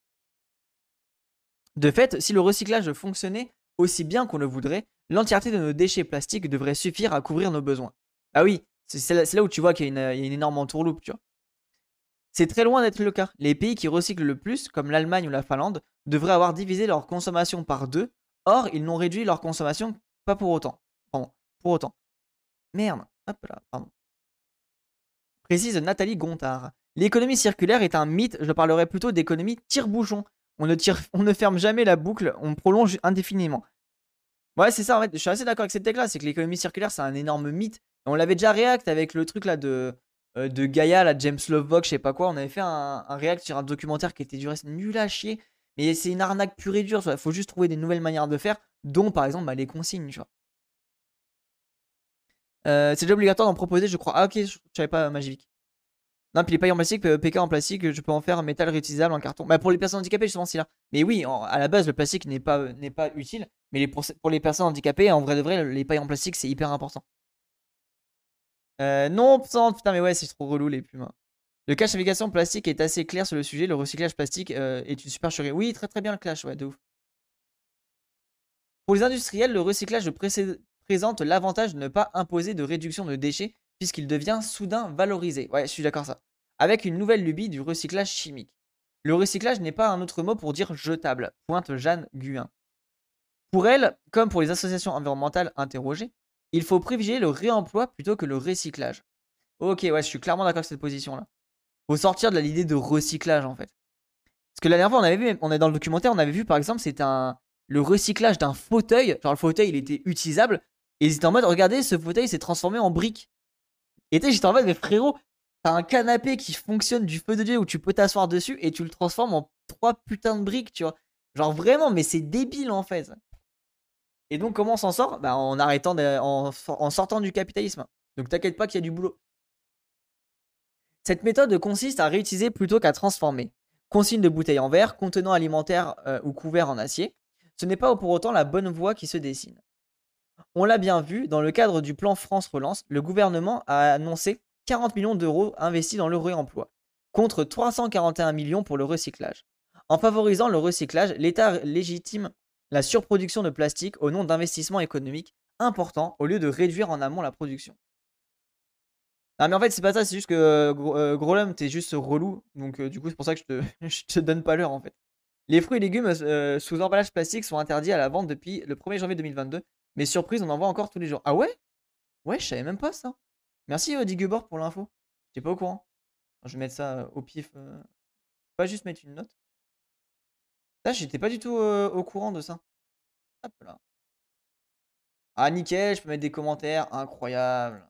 De fait, si le recyclage fonctionnait aussi bien qu'on le voudrait, l'entièreté de nos déchets plastiques devrait suffire à couvrir nos besoins. Ah oui, c'est là où tu vois qu'il y a une énorme entourloupe, tu vois. C'est très loin d'être le cas. Les pays qui recyclent le plus, comme l'Allemagne ou la Finlande, devraient avoir divisé leur consommation par 2. Or, ils n'ont réduit leur consommation pas pour autant. Pardon, pour autant. Merde, hop là, pardon. Précise Nathalie Gontard. L'économie circulaire est un mythe, je parlerai plutôt d'économie tire-bouchon. On ne ferme jamais la boucle, on prolonge indéfiniment. Ouais, c'est ça, en fait, je suis assez d'accord avec cette tech-là, c'est que l'économie circulaire, c'est un énorme mythe. Et on l'avait déjà react avec le truc là de Gaïa, la James Lovebox, je sais pas quoi. On avait fait un react sur un documentaire qui était du reste nul à chier. Mais c'est une arnaque pure et dure, il faut juste trouver des nouvelles manières de faire, dont par exemple les consignes, tu vois. C'est déjà obligatoire d'en proposer, je crois. Ah, ok, je savais pas, Magic. Non, puis les pailles en plastique, PK en plastique, je peux en faire un métal réutilisable en carton. Bah, pour les personnes handicapées, justement, c'est là. Mais oui, à la base, le plastique n'est pas utile. Mais pour les personnes handicapées, en vrai de vrai, les pailles en plastique, c'est hyper important. Non, putain, mais ouais, c'est trop relou les plumes. Le cache navigation plastique est assez clair sur le sujet. Le recyclage plastique est une supercherie. Oui, très très bien le clash, ouais, de ouf. Pour les industriels, le recyclage présente l'avantage de ne pas imposer de réduction de déchets puisqu'il devient soudain valorisé. Ouais, je suis d'accord ça. Avec une nouvelle lubie du recyclage chimique. Le recyclage n'est pas un autre mot pour dire jetable, pointe Jeanne Guin. Pour elle, comme pour les associations environnementales interrogées, il faut privilégier le réemploi plutôt que le recyclage. Ok, ouais, je suis clairement d'accord avec cette position-là. Faut sortir de l'idée de recyclage en fait. Parce que la dernière fois, on avait vu, on est dans le documentaire, on avait vu par exemple, c'était le recyclage d'un fauteuil. Genre le fauteuil, il était utilisable. Et ils étaient en mode, regardez, ce fauteuil s'est transformé en brique. Et tu sais, j'étais en mode, mais frérot, t'as un canapé qui fonctionne du feu de Dieu où tu peux t'asseoir dessus et tu le transformes en 3 putains de briques, tu vois. Genre vraiment, mais c'est débile en fait. Et donc, comment on s'en sort? Bah, en arrêtant, en sortant du capitalisme. Donc, t'inquiète pas qu'il y a du boulot. Cette méthode consiste à réutiliser plutôt qu'à transformer. Consigne de bouteilles en verre, contenant alimentaire ou couvert en acier. Ce n'est pas pour autant la bonne voie qui se dessine. On l'a bien vu, dans le cadre du plan France Relance, le gouvernement a annoncé 40 millions d'euros investis dans le réemploi, contre 341 millions pour le recyclage. En favorisant le recyclage, l'État légitime la surproduction de plastique au nom d'investissements économiques importants au lieu de réduire en amont la production. Ah mais en fait c'est pas ça, c'est juste que Grolum t'es juste relou, donc du coup c'est pour ça que je te donne pas l'heure en fait. Les fruits et légumes sous emballage plastique sont interdits à la vente depuis le 1er janvier 2022, mais surprise on en voit encore tous les jours. Ah ouais? Ouais je savais même pas ça. Merci Digubor pour l'info. J'étais pas au courant. Je vais mettre ça au pif. Pas juste mettre une note. Ça, j'étais pas du tout au courant de ça. Hop là. Ah nickel, je peux mettre des commentaires. Incroyable.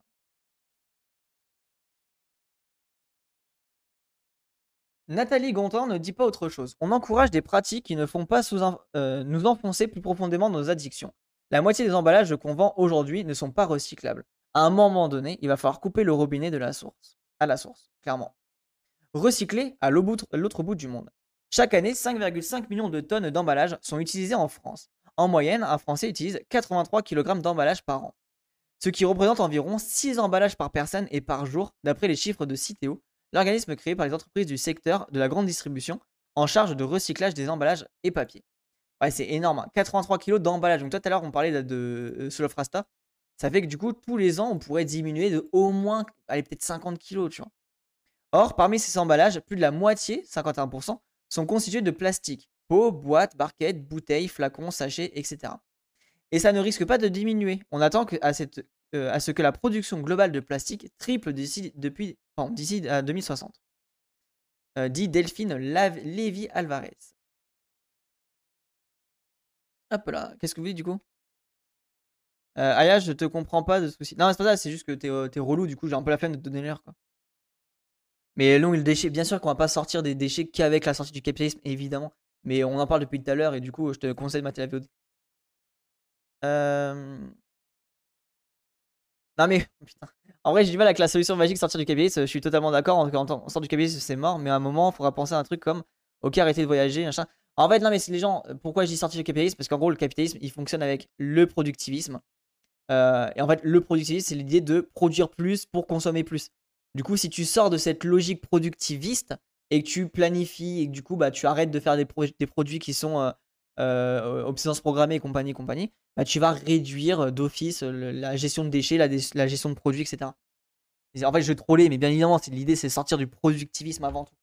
Nathalie Gontin ne dit pas autre chose. On encourage des pratiques qui ne font pas nous enfoncer plus profondément dans nos addictions. La moitié des emballages qu'on vend aujourd'hui ne sont pas recyclables. À un moment donné, il va falloir couper le robinet de la source. À la source, clairement. Recycler à l'autre bout du monde. Chaque année, 5,5 millions de tonnes d'emballages sont utilisées en France. En moyenne, un Français utilise 83 kg d'emballage par an, ce qui représente environ 6 emballages par personne et par jour, d'après les chiffres de Citeo, l'organisme créé par les entreprises du secteur de la grande distribution en charge de recyclage des emballages et papier. Ouais, c'est énorme, hein. 83 kg d'emballage. Donc, tout à l'heure, on parlait de Solofrasta. Ça fait que du coup, tous les ans, on pourrait diminuer de au moins, allez, peut-être 50 kg, tu vois. Or, parmi ces emballages, plus de la moitié, 51%, sont constitués de plastique. Pots, boîtes, barquettes, bouteilles, flacons, sachets, etc. Et ça ne risque pas de diminuer. On attend à ce que la production globale de plastique triple d'ici à 2060. Dit Delphine Lévy-Alvarez. Hop là, qu'est-ce que vous dites du coup? Aya, je te comprends pas de ce coup-ci. Non, c'est pas ça, c'est juste que t'es relou, du coup j'ai un peu la flemme de te donner l'heure, quoi. Mais non, le déchet, bien sûr qu'on va pas sortir des déchets qu'avec la sortie du capitalisme, évidemment. Mais on en parle depuis tout à l'heure et du coup, je te conseille de mater la VOD. Non mais, putain. En vrai, j'ai du mal avec la solution magique sortir du capitalisme. Je suis totalement d'accord. On sort du capitalisme, c'est mort. Mais à un moment, il faudra penser à un truc comme, ok, arrêtez de voyager, machin. En fait, non, mais les gens, pourquoi je dis sortir du capitalisme? Parce qu'en gros, le capitalisme, il fonctionne avec le productivisme. Et en fait, le productivisme, c'est l'idée de produire plus pour consommer plus. Du coup, si tu sors de cette logique productiviste et que tu planifies et que du coup, bah, tu arrêtes de faire des produits qui sont obsolescence programmée et compagnie, bah, tu vas réduire d'office la gestion de déchets, la gestion de produits, etc. Et en fait, je trollais, mais bien évidemment, l'idée, c'est sortir du productivisme avant tout.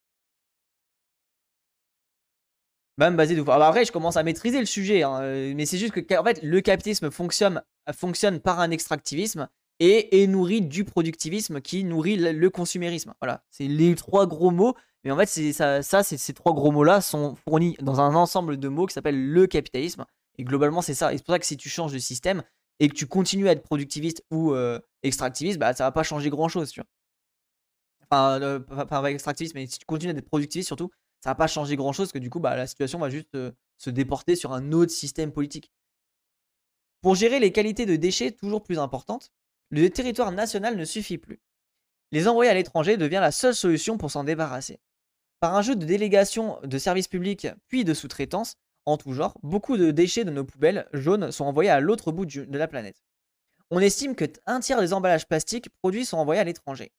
Même basé de. Ah bah après, je commence à maîtriser le sujet, hein, mais c'est juste que en fait, le capitalisme fonctionne par un extractivisme et est nourri du productivisme qui nourrit le consumérisme. Voilà, c'est les trois gros mots. Mais en fait, ces trois gros mots-là sont fournis dans un ensemble de mots qui s'appelle le capitalisme. Et globalement, c'est ça. Et c'est pour ça que si tu changes de système et que tu continues à être productiviste ou extractiviste, bah ça va pas changer grand-chose, tu vois. Enfin, pas avec extractivisme, mais si tu continues à être productiviste surtout, ça va pas changer grand chose, que du coup, bah, la situation va juste se déporter sur un autre système politique. Pour gérer les qualités de déchets toujours plus importantes, le territoire national ne suffit plus. Les envoyer à l'étranger devient la seule solution pour s'en débarrasser. Par un jeu de délégation de services publics puis de sous-traitance, en tout genre, beaucoup de déchets de nos poubelles jaunes sont envoyés à l'autre bout de la planète. On estime que un tiers des emballages plastiques produits sont envoyés à l'étranger.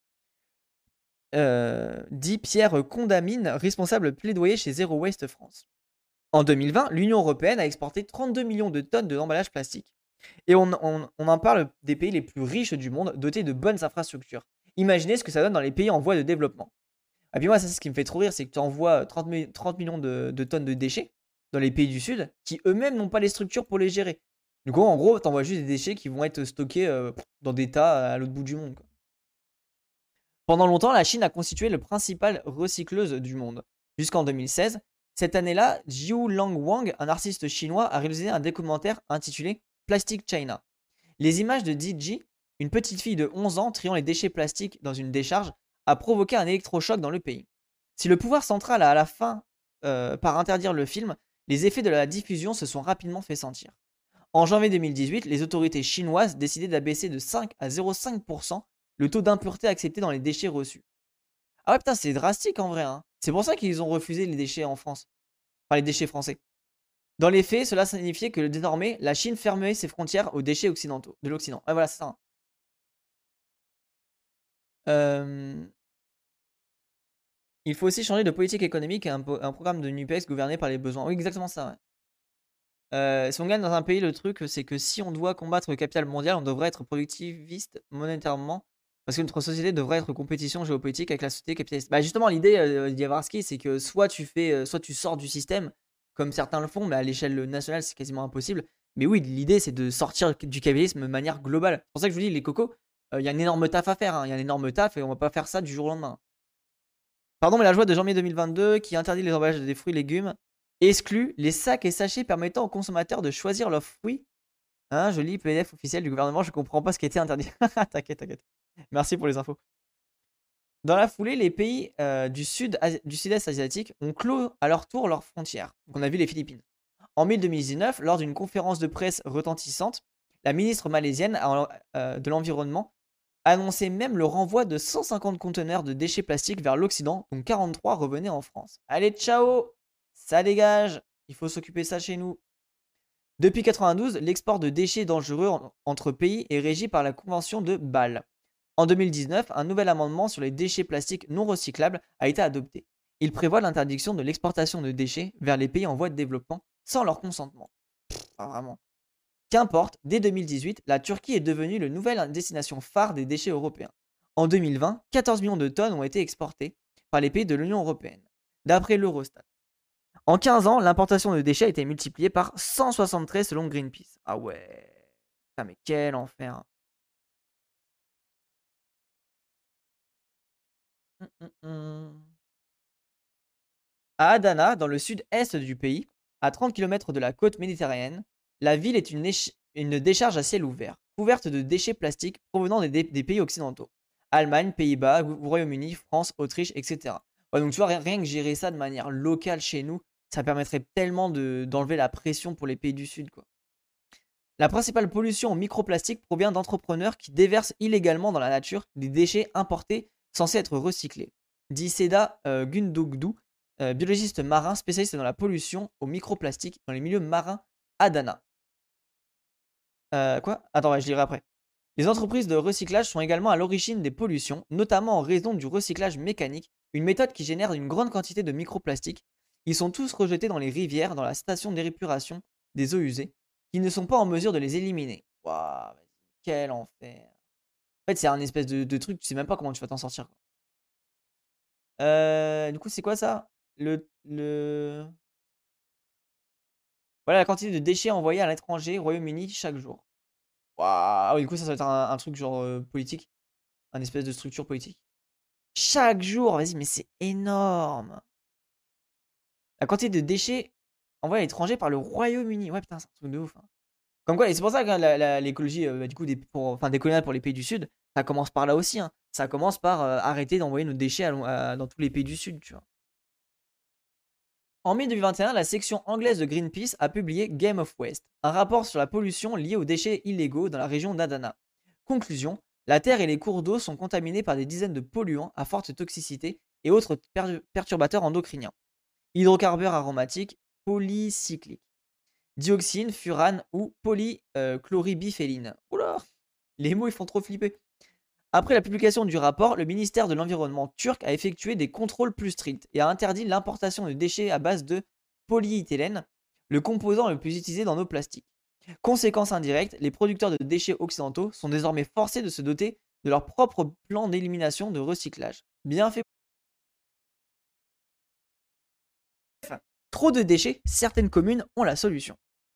Dit Pierre Condamine, responsable plaidoyer chez Zero Waste France. En 2020, l'Union européenne a exporté 32 millions de tonnes d'emballages plastiques. Et on en parle des pays les plus riches du monde, dotés de bonnes infrastructures. Imaginez ce que ça donne dans les pays en voie de développement. Et puis moi, ça c'est ce qui me fait trop rire, c'est que tu envoies 30 millions de tonnes de déchets dans les pays du Sud, qui eux-mêmes n'ont pas les structures pour les gérer. Du coup, en gros, tu envoies juste des déchets qui vont être stockés dans des tas à l'autre bout du monde, quoi. Pendant longtemps, la Chine a constitué le principal recycleuse du monde. Jusqu'en 2016, cette année-là, Jiu Langwang, un artiste chinois, a réalisé un documentaire intitulé Plastic China. Les images de Ji, une petite fille de 11 ans triant les déchets plastiques dans une décharge, a provoqué un électrochoc dans le pays. Si le pouvoir central a à la fin par interdire le film, les effets de la diffusion se sont rapidement fait sentir. En janvier 2018, les autorités chinoises décidaient d'abaisser de 5 à 0,5% le taux d'impureté accepté dans les déchets reçus. Ah ouais, putain, c'est drastique en vrai, hein. C'est pour ça qu'ils ont refusé les déchets en France. Enfin, les déchets français. Dans les faits, cela signifiait que désormais, la Chine fermait ses frontières aux déchets occidentaux, de l'Occident. Ah voilà, c'est ça, hein. Il faut aussi changer de politique économique et un programme de NUPEX gouverné par les besoins. Oui, exactement ça, ouais. Si on gagne dans un pays, le truc, c'est que si on doit combattre le capital mondial, on devrait être productiviste monétairement. Parce que notre société devrait être en compétition géopolitique avec la société capitaliste. Bah justement, l'idée d'Yavarski, c'est que soit tu sors du système, comme certains le font, mais à l'échelle nationale, c'est quasiment impossible. Mais oui, l'idée, c'est de sortir du capitalisme de manière globale. C'est pour ça que je vous dis, les cocos, il y a un énorme taf à faire, hein. Il y a un énorme taf et on va pas faire ça du jour au lendemain. Pardon, mais la loi de janvier 2022 qui interdit les emballages des fruits et légumes exclut les sacs et sachets permettant aux consommateurs de choisir leurs fruits. Hein, joli PDF officiel du gouvernement, je comprends pas ce qui a été interdit. T'inquiète, t'inquiète. Merci pour les infos. Dans la foulée, les pays du sud-est asiatique ont clos à leur tour leurs frontières. Donc on a vu les Philippines. En mai 2019, lors d'une conférence de presse retentissante, la ministre malaisienne de l'Environnement a annoncé même le renvoi de 150 conteneurs de déchets plastiques vers l'Occident, dont 43 revenaient en France. Allez, ciao! Ça dégage! Il faut s'occuper de ça chez nous. Depuis 1992, l'export de déchets dangereux entre pays est régi par la Convention de Bâle. En 2019, un nouvel amendement sur les déchets plastiques non recyclables a été adopté. Il prévoit l'interdiction de l'exportation de déchets vers les pays en voie de développement sans leur consentement. Pas vraiment. Qu'importe, dès 2018, la Turquie est devenue la nouvelle destination phare des déchets européens. En 2020, 14 millions de tonnes ont été exportées par les pays de l'Union européenne, d'après l'Eurostat. En 15 ans, l'importation de déchets a été multipliée par 173 selon Greenpeace. Ah ouais, putain, mais quel enfer. À Adana, dans le sud-est du pays, à 30 km de la côte méditerranéenne, la ville est une décharge à ciel ouvert, couverte de déchets plastiques provenant des pays occidentaux. Allemagne, Pays-Bas, Royaume-Uni, France, Autriche, etc. Ouais, donc tu vois, rien que gérer ça de manière locale chez nous, ça permettrait tellement d'enlever la pression pour les pays du Sud, quoi. La principale pollution au microplastique provient d'entrepreneurs qui déversent illégalement dans la nature des déchets importés censés être recyclés. Dit Seda Gundogdu, biologiste marin spécialiste dans la pollution au microplastique dans les milieux marins à Dana. Quoi? Attends, ouais, je lirai après. Les entreprises de recyclage sont également à l'origine des pollutions, notamment en raison du recyclage mécanique, une méthode qui génère une grande quantité de microplastiques. Ils sont tous rejetés dans les rivières, dans la station d'épuration des eaux usées, qui ne sont pas en mesure de les éliminer. Waouh, quel enfer. En fait, c'est un espèce de truc, tu sais même pas comment tu vas t'en sortir, quoi. Du coup, c'est quoi ça? Voilà la quantité de déchets envoyés à l'étranger, Royaume-Uni, chaque jour. Waouh, ah oui, du coup, ça va être un truc genre politique. Un espèce de structure politique. Chaque jour, vas-y, mais c'est énorme. La quantité de déchets envoyés à l'étranger par le Royaume-Uni. Ouais, putain, c'est un truc de ouf, hein. Comme quoi, et c'est pour ça que l'écologie, du coup, décoloniale pour les pays du Sud, ça commence par là aussi, hein. Ça commence par arrêter d'envoyer nos déchets dans tous les pays du Sud, tu vois. En mai 2021, la section anglaise de Greenpeace a publié Game of Waste, un rapport sur la pollution liée aux déchets illégaux dans la région d'Adana. Conclusion, la terre et les cours d'eau sont contaminés par des dizaines de polluants à forte toxicité et autres perturbateurs endocriniens. Hydrocarbures aromatiques polycycliques, dioxine, furane ou polychloribiphéline. Oula, les mots ils font trop flipper. Après la publication du rapport, le ministère de l'Environnement turc a effectué des contrôles plus stricts et a interdit l'importation de déchets à base de polyéthylène, le composant le plus utilisé dans nos plastiques. Conséquence indirecte, les producteurs de déchets occidentaux sont désormais forcés de se doter de leur propre plan d'élimination de recyclage. Bien fait. Trop de déchets, certaines communes ont la solution.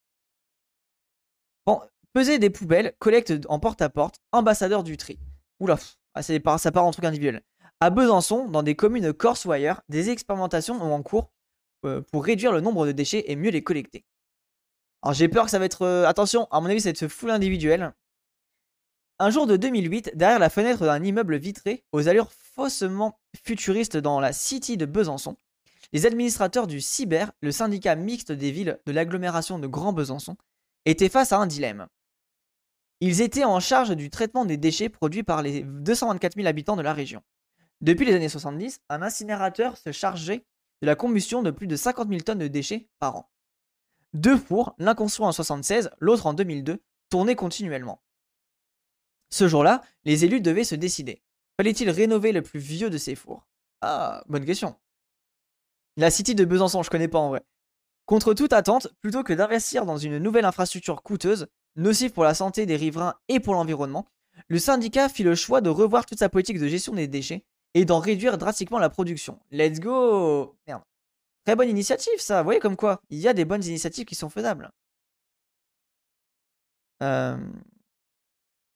Bon, peser des poubelles, collecte en porte-à-porte, ambassadeur du tri. Oula, ça part en truc individuel. À Besançon, dans des communes corse ou ailleurs, des expérimentations ont en cours pour réduire le nombre de déchets et mieux les collecter. Alors j'ai peur que ça va être... attention, à mon avis, ça va être full individuel. Un jour de 2008, derrière la fenêtre d'un immeuble vitré, aux allures faussement futuristes dans la City de Besançon, les administrateurs du CIBER, le syndicat mixte des villes de l'agglomération de Grand Besançon, étaient face à un dilemme. Ils étaient en charge du traitement des déchets produits par les 224 000 habitants de la région. Depuis les années 70, un incinérateur se chargeait de la combustion de plus de 50 000 tonnes de déchets par an. Deux fours, l'un construit en 1976, l'autre en 2002, tournaient continuellement. Ce jour-là, les élus devaient se décider. Fallait-il rénover le plus vieux de ces fours? Ah, bonne question. La City de Besançon, je connais pas en vrai. Contre toute attente, plutôt que d'investir dans une nouvelle infrastructure coûteuse, nocive pour la santé des riverains et pour l'environnement, le syndicat fit le choix de revoir toute sa politique de gestion des déchets et d'en réduire drastiquement la production. Let's go! Merde. Très bonne initiative ça, vous voyez comme quoi, il y a des bonnes initiatives qui sont faisables.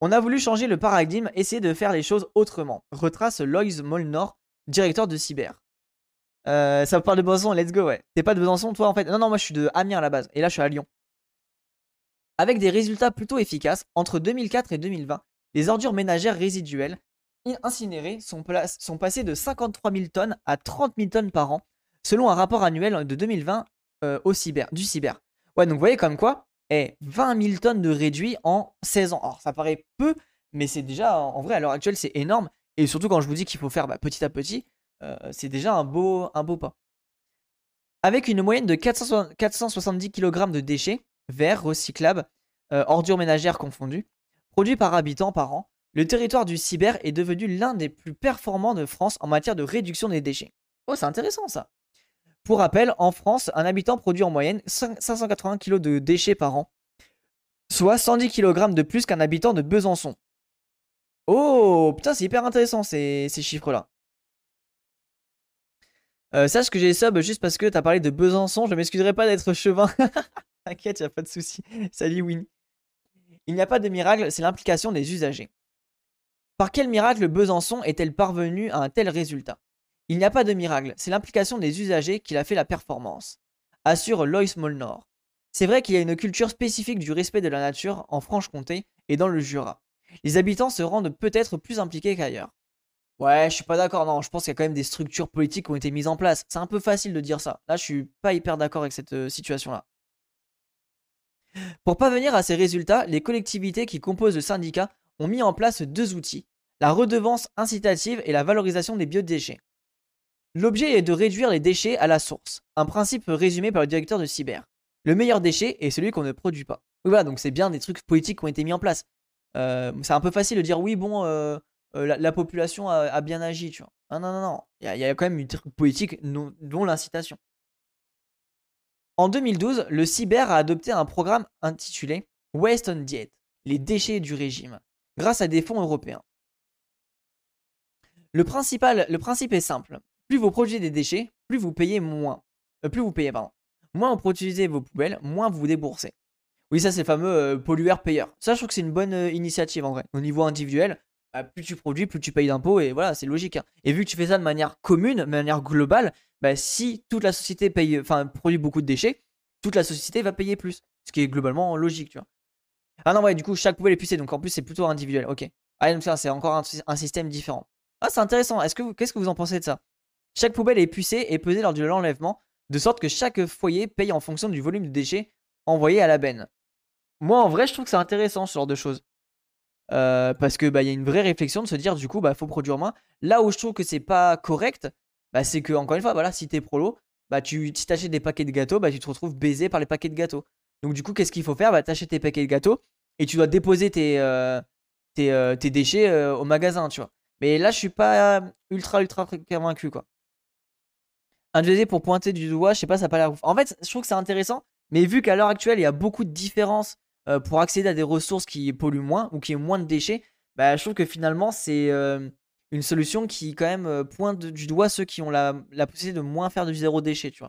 On a voulu changer le paradigme, essayer de faire les choses autrement. Retrace Loïs Molnor, directeur de Cyber. Ça vous parle de Besançon, let's go, ouais. T'es pas de Besançon, toi, en fait? Non, non, moi, je suis de Amiens à la base. Et là, je suis à Lyon. Avec des résultats plutôt efficaces, entre 2004 et 2020, les ordures ménagères résiduelles incinérées sont passées de 53 000 tonnes à 30 000 tonnes par an, selon un rapport annuel de 2020 du cyber. Ouais, donc vous voyez comme quoi, 20 000 tonnes de réduit en 16 ans. Alors ça paraît peu, mais c'est déjà, en vrai, à l'heure actuelle, c'est énorme. Et surtout quand je vous dis qu'il faut faire petit à petit, c'est déjà un beau pas. Avec une moyenne de 470 kg de déchets, verts, recyclables, ordures ménagères confondues, produits par habitant par an, le territoire du cyber est devenu l'un des plus performants de France en matière de réduction des déchets. Oh, c'est intéressant ça. Pour rappel, en France, un habitant produit en moyenne 580 kg de déchets par an, soit 110 kg de plus qu'un habitant de Besançon. Oh, putain, c'est hyper intéressant ces chiffres-là. Sache que j'ai sub juste parce que t'as parlé de Besançon, je m'excuserai pas d'être chevin. T'inquiète, y'a pas de souci. Salut Win. Il n'y a pas de miracle, c'est l'implication des usagers. Par quel miracle Besançon est-elle parvenue à un tel résultat? Il n'y a pas de miracle, c'est l'implication des usagers qui a fait la performance, assure Loïs Molnor. C'est vrai qu'il y a une culture spécifique du respect de la nature en Franche-Comté et dans le Jura. Les habitants se rendent peut-être plus impliqués qu'ailleurs. Ouais, je suis pas d'accord, non, je pense qu'il y a quand même des structures politiques qui ont été mises en place. C'est un peu facile de dire ça. Là, je suis pas hyper d'accord avec cette situation-là. Pour parvenir à ces résultats, les collectivités qui composent le syndicat ont mis en place deux outils, la redevance incitative et la valorisation des biodéchets. L'objet est de réduire les déchets à la source, un principe résumé par le directeur de Cyber. Le meilleur déchet est celui qu'on ne produit pas. Oui, voilà, donc c'est bien des trucs politiques qui ont été mis en place. C'est un peu facile de dire oui, bon, la population a bien agi, tu vois. Non, non, non, non. Il y a quand même une truc politique dont l'incitation. En 2012, le Cyber a adopté un programme intitulé Waste on Diet, les déchets du régime, grâce à des fonds européens. Le principe est simple. Plus vous produisez des déchets, plus vous payez moins. Moins vous produisez vos poubelles, moins vous vous déboursez. Oui, ça c'est le fameux pollueur-payeur. Ça, je trouve que c'est une bonne initiative en vrai. Au niveau individuel, plus tu produis, plus tu payes d'impôts et voilà, c'est logique. Hein. Et vu que tu fais ça de manière commune, de manière globale, si toute la société produit beaucoup de déchets, toute la société va payer plus. Ce qui est globalement logique, tu vois. Ah non, ouais, du coup, chaque poubelle est pucée, donc en plus, c'est plutôt individuel. Ok. Ah, donc ça, c'est encore un système différent. Ah, c'est intéressant. Qu'est-ce que vous en pensez de ça? Chaque poubelle est pucée et pesée lors de l'enlèvement, de sorte que chaque foyer paye en fonction du volume de déchets envoyés à la benne. Moi, en vrai, je trouve que c'est intéressant ce genre de choses. Parce que y a une vraie réflexion de se dire du coup faut produire moins. Là où je trouve que c'est pas correct, c'est que encore une fois, voilà, si t'es prolo, si t'achètes des paquets de gâteaux, tu te retrouves baisé par les paquets de gâteaux. Donc du coup, qu'est-ce qu'il faut faire? T'achètes tes paquets de gâteaux et tu dois déposer tes déchets au magasin, tu vois. Mais là, je suis pas ultra convaincu, quoi. Un deuxième pour pointer du doigt, je sais pas, ça a pas l'air ouf. En fait, je trouve que c'est intéressant, mais vu qu'à l'heure actuelle, il y a beaucoup de différences pour accéder à des ressources qui polluent moins ou qui ont moins de déchets, je trouve que finalement, c'est une solution qui, quand même, pointe du doigt ceux qui ont la possibilité de moins faire du zéro déchet, tu vois.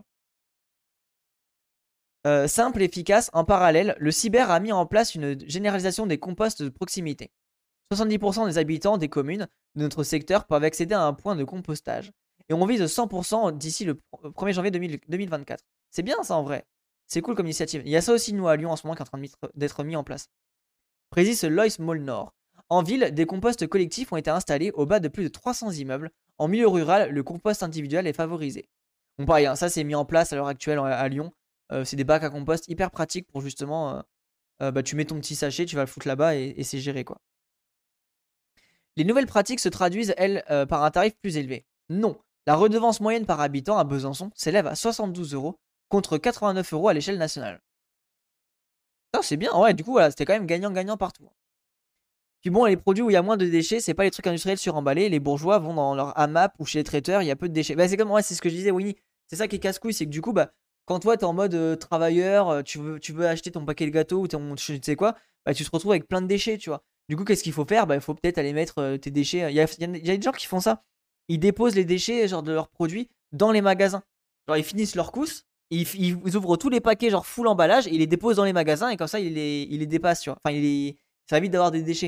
Simple et efficace, en parallèle, le cyber a mis en place une généralisation des composts de proximité. 70% des habitants des communes de notre secteur peuvent accéder à un point de compostage. Et on vise 100% d'ici le 1er janvier 2024. C'est bien ça en vrai. C'est cool comme initiative. Il y a ça aussi nous à Lyon en ce moment qui est en train d'être mis en place. Précise Loïs Molnor. En ville, des composts collectifs ont été installés au bas de plus de 300 immeubles. En milieu rural, le compost individuel est favorisé. Bon pareil, hein, ça c'est mis en place à l'heure actuelle à Lyon. C'est des bacs à compost hyper pratiques pour justement... tu mets ton petit sachet, tu vas le foutre là-bas et c'est géré quoi. Les nouvelles pratiques se traduisent, elles, par un tarif plus élevé. Non, la redevance moyenne par habitant à Besançon s'élève à 72 € contre 89 € à l'échelle nationale. C'est bien, ouais, du coup, voilà, c'était quand même gagnant-gagnant partout. Puis bon, les produits où il y a moins de déchets, c'est pas les trucs industriels suremballés. Les bourgeois vont dans leur AMAP ou chez les traiteurs, il y a peu de déchets. C'est comme, ouais, c'est ce que je disais, Winnie. C'est ça qui est casse-couille, c'est que du coup, quand toi t'es en mode travailleur, tu veux acheter ton paquet de gâteaux ou tu sais quoi, tu te retrouves avec plein de déchets, tu vois. Du coup, qu'est-ce qu'il faut faire? Il faut peut-être aller mettre tes déchets. Il y a des gens qui font ça. Ils déposent les déchets genre de leurs produits dans les magasins. Genre ils finissent leur course, ils ouvrent tous les paquets genre full emballage et ils les déposent dans les magasins et comme ça ils les dépassent, tu vois. Ça évite d'avoir des déchets.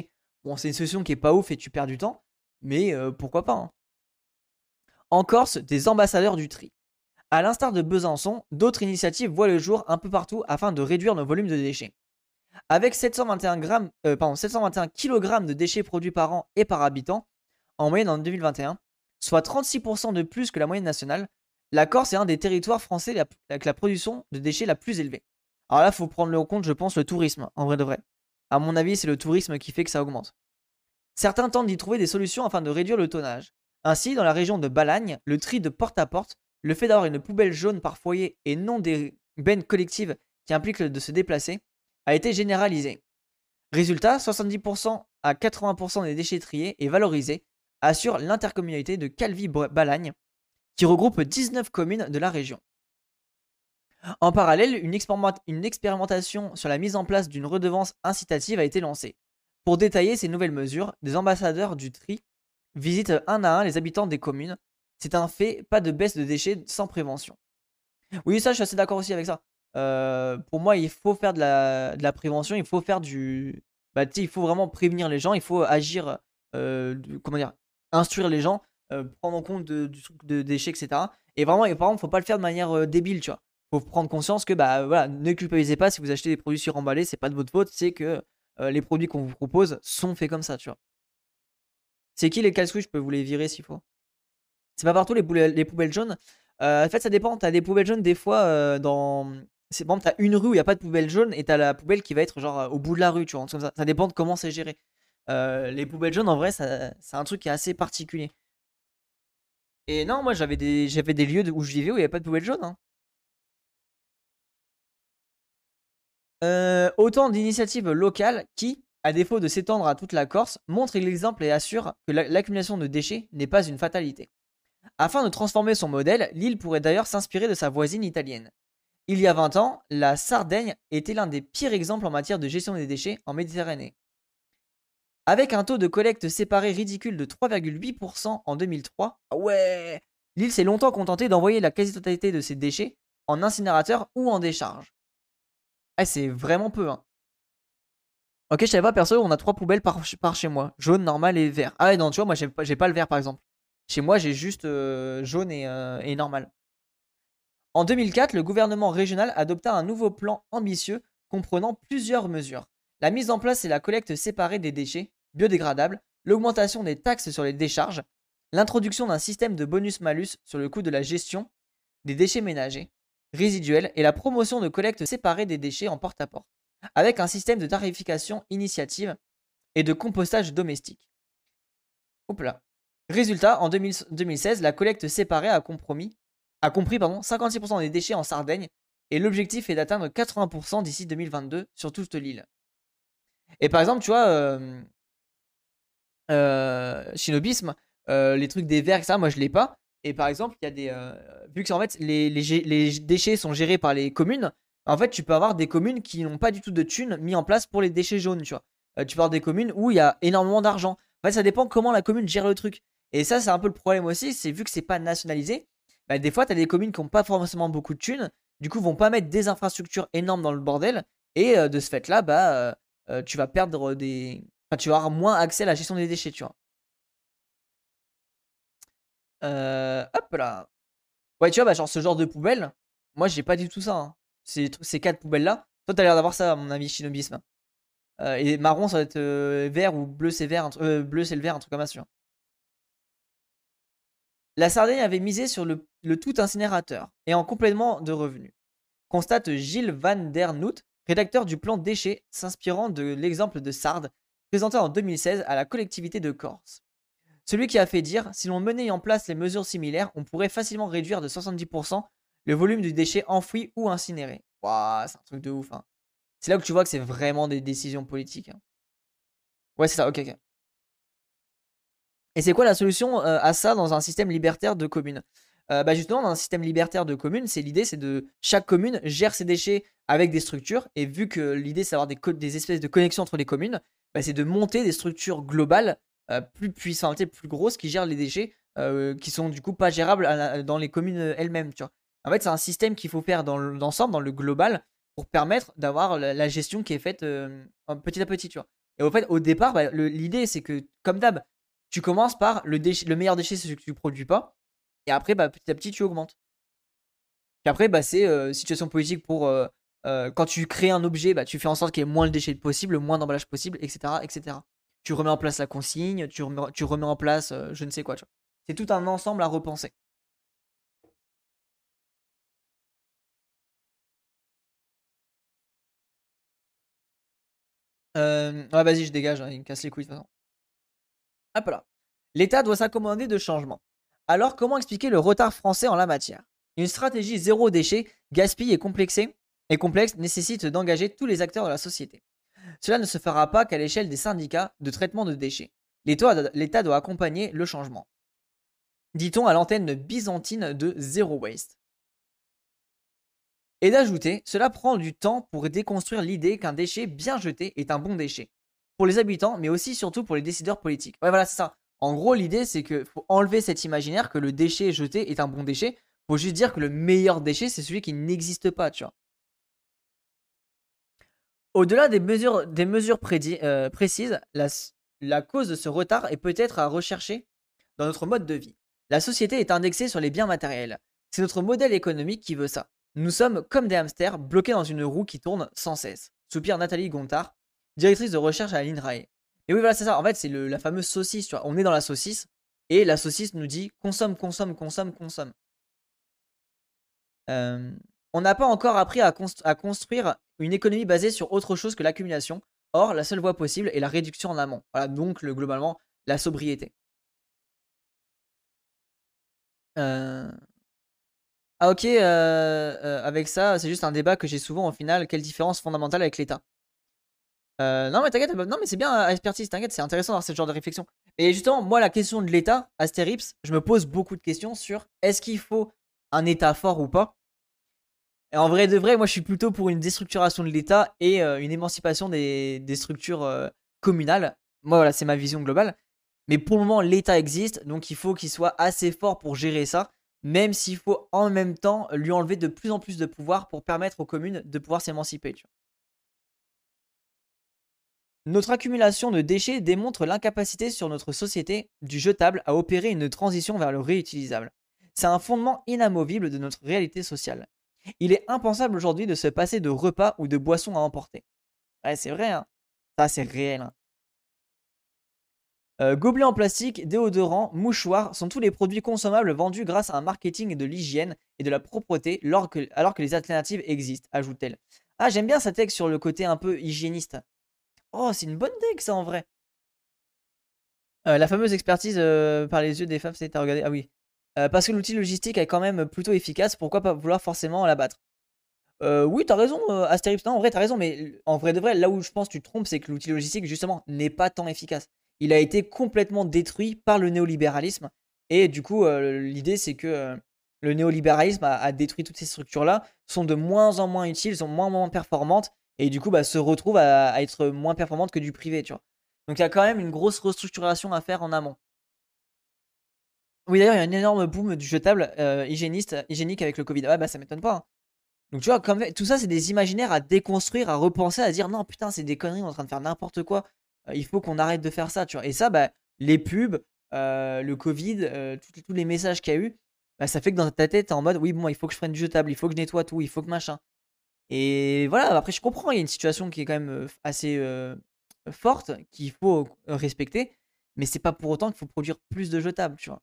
Bon, c'est une solution qui est pas ouf et tu perds du temps, mais pourquoi pas, hein. En Corse, des ambassadeurs du tri. À l'instar de Besançon, d'autres initiatives voient le jour un peu partout afin de réduire nos volumes de déchets. Avec 721 kg de déchets produits par an et par habitant, en moyenne en 2021, soit 36% de plus que la moyenne nationale, la Corse est un des territoires français avec la production de déchets la plus élevée. Alors là, il faut prendre en compte, je pense, le tourisme, en vrai de vrai. À mon avis, c'est le tourisme qui fait que ça augmente. Certains tentent d'y trouver des solutions afin de réduire le tonnage. Ainsi, dans la région de Balagne, le tri de porte à porte, le fait d'avoir une poubelle jaune par foyer et non des bennes collectives qui impliquent de se déplacer, a été généralisé. Résultat, 70% à 80% des déchets triés et valorisés assurent l'intercommunalité de Calvi-Balagne, qui regroupe 19 communes de la région. En parallèle, une expérimentation sur la mise en place d'une redevance incitative a été lancée. Pour détailler ces nouvelles mesures, des ambassadeurs du tri visitent un à un les habitants des communes. C'est un fait, pas de baisse de déchets sans prévention. Oui, ça, je suis assez d'accord aussi avec ça. Pour moi, il faut faire de la prévention, il faut faire du. Bah, il faut vraiment prévenir les gens, il faut agir, comment dire, instruire les gens, prendre en compte du truc de déchets, etc. Et vraiment, et par contre, faut pas le faire de manière débile, tu vois. Faut prendre conscience que, bah voilà, ne culpabilisez pas si vous achetez des produits suremballés, c'est pas de votre faute, c'est que les produits qu'on vous propose sont faits comme ça, tu vois. C'est qui les casse-couilles? Je peux vous les virer s'il faut. C'est pas partout les poubelles jaunes. En fait, ça dépend. T'as des poubelles jaunes des fois dans. C'est bon, t'as une rue où il n'y a pas de poubelle jaune et t'as la poubelle qui va être genre au bout de la rue, tu vois. Comme ça dépend de comment c'est géré. Les poubelles jaunes, en vrai, c'est un truc qui est assez particulier. Et non, moi j'avais des lieux où je vivais où il n'y avait pas de poubelle jaune, hein. Autant d'initiatives locales qui, à défaut de s'étendre à toute la Corse, montrent l'exemple et assurent que l'accumulation de déchets n'est pas une fatalité. Afin de transformer son modèle, l'île pourrait d'ailleurs s'inspirer de sa voisine italienne. Il y a 20 ans, la Sardaigne était l'un des pires exemples en matière de gestion des déchets en Méditerranée. Avec un taux de collecte séparé ridicule de 3,8% en 2003, ah ouais, l'île s'est longtemps contentée d'envoyer la quasi-totalité de ses déchets en incinérateur ou en décharge. Ah, c'est vraiment peu, hein. Ok, je savais pas, perso, on a 3 poubelles par chez moi. Jaune, normal et vert. Ah ouais, non, tu vois, moi j'ai pas le vert par exemple. Chez moi, j'ai juste jaune et normal. En 2004, le gouvernement régional adopta un nouveau plan ambitieux comprenant plusieurs mesures. La mise en place et la collecte séparée des déchets biodégradables, l'augmentation des taxes sur les décharges, l'introduction d'un système de bonus-malus sur le coût de la gestion des déchets ménagers, résiduels et la promotion de collecte séparée des déchets en porte-à-porte, avec un système de tarification initiative et de compostage domestique. Hop là. Résultat, en 2016, la collecte séparée a compris 56% des déchets en Sardaigne et l'objectif est d'atteindre 80% d'ici 2022 sur toute l'île. Et par exemple, tu vois, Shinobisme, les trucs des verres, ça, moi je l'ai pas. Et par exemple, il y a des. Vu que en fait, les déchets sont gérés par les communes, en fait, tu peux avoir des communes qui n'ont pas du tout de thunes mis en place pour les déchets jaunes, tu vois. Tu peux avoir des communes où il y a énormément d'argent. En fait, ça dépend comment la commune gère le truc. Et ça, c'est un peu le problème aussi, c'est vu que c'est pas nationalisé, bah, des fois, tu as des communes qui n'ont pas forcément beaucoup de thunes, du coup, vont pas mettre des infrastructures énormes dans le bordel, et de ce fait-là, bah, tu vas perdre des. Enfin, tu vas avoir moins accès à la gestion des déchets, tu vois. Hop là. Ouais, tu vois, bah, genre ce genre de poubelle, moi j'ai pas du tout ça, hein. Ces 4 poubelles-là. Toi, t'as l'air d'avoir ça, à mon avis, Shinobisme. Et marron, ça va être vert ou bleu, c'est vert, bleu, c'est le vert, un truc comme ça, tu vois. La Sardaigne avait misé sur le tout incinérateur et en complément de revenus, constate Gilles van der Noot, rédacteur du plan déchets, s'inspirant de l'exemple de Sardes, présenté en 2016 à la collectivité de Corse. Celui qui a fait dire, si l'on menait en place les mesures similaires, on pourrait facilement réduire de 70% le volume du déchet enfoui ou incinéré. Waouh, c'est un truc de ouf, hein. C'est là que tu vois que c'est vraiment des décisions politiques, hein. Ouais, c'est ça, ok, ok. Et c'est quoi la solution à ça dans un système libertaire de communes? Bah justement, dans un système libertaire de communes, l'idée, c'est de chaque commune gère ses déchets avec des structures. Et vu que l'idée, c'est d'avoir des espèces de connexions entre les communes, bah, c'est de monter des structures globales plus puissantes, plus grosses qui gèrent les déchets qui sont du coup pas gérables dans les communes elles-mêmes. Tu vois. En fait, c'est un système qu'il faut faire dans l'ensemble, dans le global, pour permettre d'avoir la gestion qui est faite petit à petit. Tu vois. Et au fait, au départ, bah, l'idée, c'est que, comme d'hab, tu commences par le meilleur déchet, c'est celui que tu produis pas. Et après, bah, petit à petit, tu augmentes. Puis après, bah, c'est situation politique pour quand tu crées un objet, bah, tu fais en sorte qu'il y ait moins de déchets possible, le moins d'emballage possible, etc., etc. Tu remets en place la consigne, tu remets en place je ne sais quoi. Tu vois. C'est tout un ensemble à repenser. Ouais, vas-y, je dégage, hein, il me casse les couilles de toute façon. Hop là. L'État doit s'accommoder de changements. Alors, comment expliquer le retard français en la matière? Une stratégie zéro déchet, gaspille et complexe nécessite d'engager tous les acteurs de la société. Cela ne se fera pas qu'à l'échelle des syndicats de traitement de déchets. L'État doit accompagner le changement. Dit-on à l'antenne byzantine de Zero Waste. Et d'ajouter, cela prend du temps pour déconstruire l'idée qu'un déchet bien jeté est un bon déchet. Pour les habitants, mais aussi surtout pour les décideurs politiques. Ouais, voilà, c'est ça. En gros, l'idée, c'est qu'il faut enlever cet imaginaire que le déchet jeté est un bon déchet. Faut juste dire que le meilleur déchet, c'est celui qui n'existe pas, tu vois. Au-delà des mesures précises, la cause de ce retard est peut-être à rechercher dans notre mode de vie. La société est indexée sur les biens matériels. C'est notre modèle économique qui veut ça. Nous sommes comme des hamsters bloqués dans une roue qui tourne sans cesse. Soupire Nathalie Gontard, directrice de recherche à l'INRAE. Et oui, voilà, c'est ça. En fait, c'est la fameuse saucisse. Tu vois. On est dans la saucisse et la saucisse nous dit consomme, consomme, consomme, consomme. Euh, on n'a pas encore appris à construire une économie basée sur autre chose que l'accumulation. Or, la seule voie possible est la réduction en amont. Voilà, donc globalement, la sobriété. Euh, Ah ok, avec ça, c'est juste un débat que j'ai souvent au final. Quelle différence fondamentale avec l'État? Non mais t'inquiète, non mais c'est bien expertise, t'inquiète, c'est intéressant d'avoir ce genre de réflexion. Et justement, moi la question de l'État, Astérix, je me pose beaucoup de questions sur est-ce qu'il faut un État fort ou pas? Et en vrai de vrai, moi je suis plutôt pour une déstructuration de l'État et une émancipation des structures communales. Moi voilà, c'est ma vision globale. Mais pour le moment, l'État existe, donc il faut qu'il soit assez fort pour gérer ça, même s'il faut en même temps lui enlever de plus en plus de pouvoir pour permettre aux communes de pouvoir s'émanciper. Notre accumulation de déchets démontre l'incapacité sur notre société du jetable à opérer une transition vers le réutilisable. C'est un fondement inamovible de notre réalité sociale. Il est impensable aujourd'hui de se passer de repas ou de boissons à emporter. Ouais, c'est vrai, hein. Ça, c'est réel, hein. Gobelets en plastique, déodorants, mouchoirs sont tous les produits consommables vendus grâce à un marketing de l'hygiène et de la propreté alors que les alternatives existent, ajoute-t-elle. Ah, j'aime bien sa texte sur le côté un peu hygiéniste. Oh, c'est une bonne texte ça en vrai. La fameuse expertise par les yeux des femmes, c'est à regarder. Ah oui. Parce que l'outil logistique est quand même plutôt efficace, pourquoi pas vouloir forcément l'abattre? Oui, t'as raison, Astérix. Non, en vrai, t'as raison, mais en vrai de vrai, là où je pense que tu te trompes, c'est que l'outil logistique, justement, n'est pas tant efficace. Il a été complètement détruit par le néolibéralisme. Et du coup, l'idée, c'est que le néolibéralisme a détruit toutes ces structures-là, sont de moins en moins utiles, sont moins en moins performantes, et du coup, bah, se retrouvent à être moins performantes que du privé, tu vois. Donc il y a quand même une grosse restructuration à faire en amont. Oui, d'ailleurs, il y a un énorme boom du jetable hygiénique avec le Covid. Ouais, bah ça m'étonne pas, hein. Donc tu vois, comme tout ça, c'est des imaginaires à déconstruire, à repenser, à dire non, putain, c'est des conneries, on est en train de faire n'importe quoi. Il faut qu'on arrête de faire ça, tu vois. Et ça, bah, les pubs, le Covid, tous les messages qu'il y a eu, bah, ça fait que dans ta tête, t'es en mode oui, bon, il faut que je prenne du jetable, il faut que je nettoie tout, il faut que machin. Et voilà, après, je comprends, il y a une situation qui est quand même assez forte, qu'il faut respecter, mais c'est pas pour autant qu'il faut produire plus de jetables, tu vois.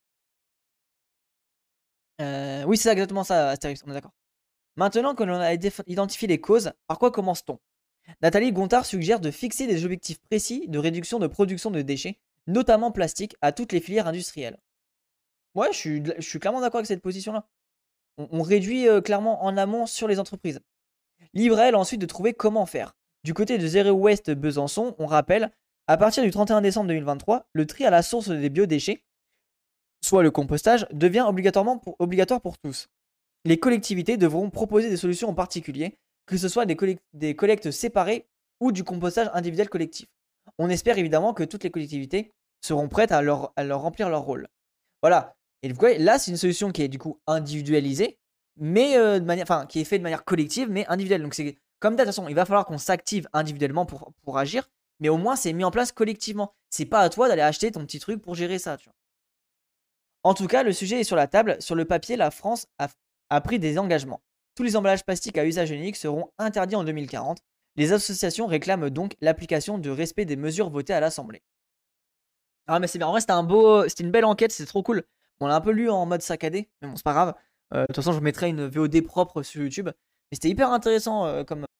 Oui, c'est exactement ça, Astérix, on est d'accord. Maintenant que l'on a identifié les causes, par quoi commence-t-on? Nathalie Gontard suggère de fixer des objectifs précis de réduction de production de déchets, notamment plastique, à toutes les filières industrielles. Ouais, je suis clairement d'accord avec cette position-là. On réduit clairement en amont sur les entreprises. Libre à elle ensuite de trouver comment faire. Du côté de Zero Waste Besançon, on rappelle, à partir du 31 décembre 2023, le tri à la source des biodéchets, soit le compostage, devient obligatoire pour tous. Les collectivités devront proposer des solutions en particulier, que ce soit des collectes séparées ou du compostage individuel collectif. On espère évidemment que toutes les collectivités seront prêtes à leur remplir leur rôle. Voilà. Et vous voyez, là, c'est une solution qui est du coup individualisée, mais qui est faite de manière collective, mais individuelle. Donc c'est comme de toute façon, il va falloir qu'on s'active individuellement pour agir, mais au moins c'est mis en place collectivement. C'est pas à toi d'aller acheter ton petit truc pour gérer ça, tu vois. En tout cas, le sujet est sur la table. Sur le papier, la France a pris des engagements. Tous les emballages plastiques à usage unique seront interdits en 2040. Les associations réclament donc l'application de respect des mesures votées à l'Assemblée. Ah mais c'est bien, en vrai c'était une belle enquête, c'est trop cool. On l'a un peu lu en mode saccadé, mais bon c'est pas grave. De toute façon je mettrai une VOD propre sur YouTube. Mais c'était hyper intéressant comme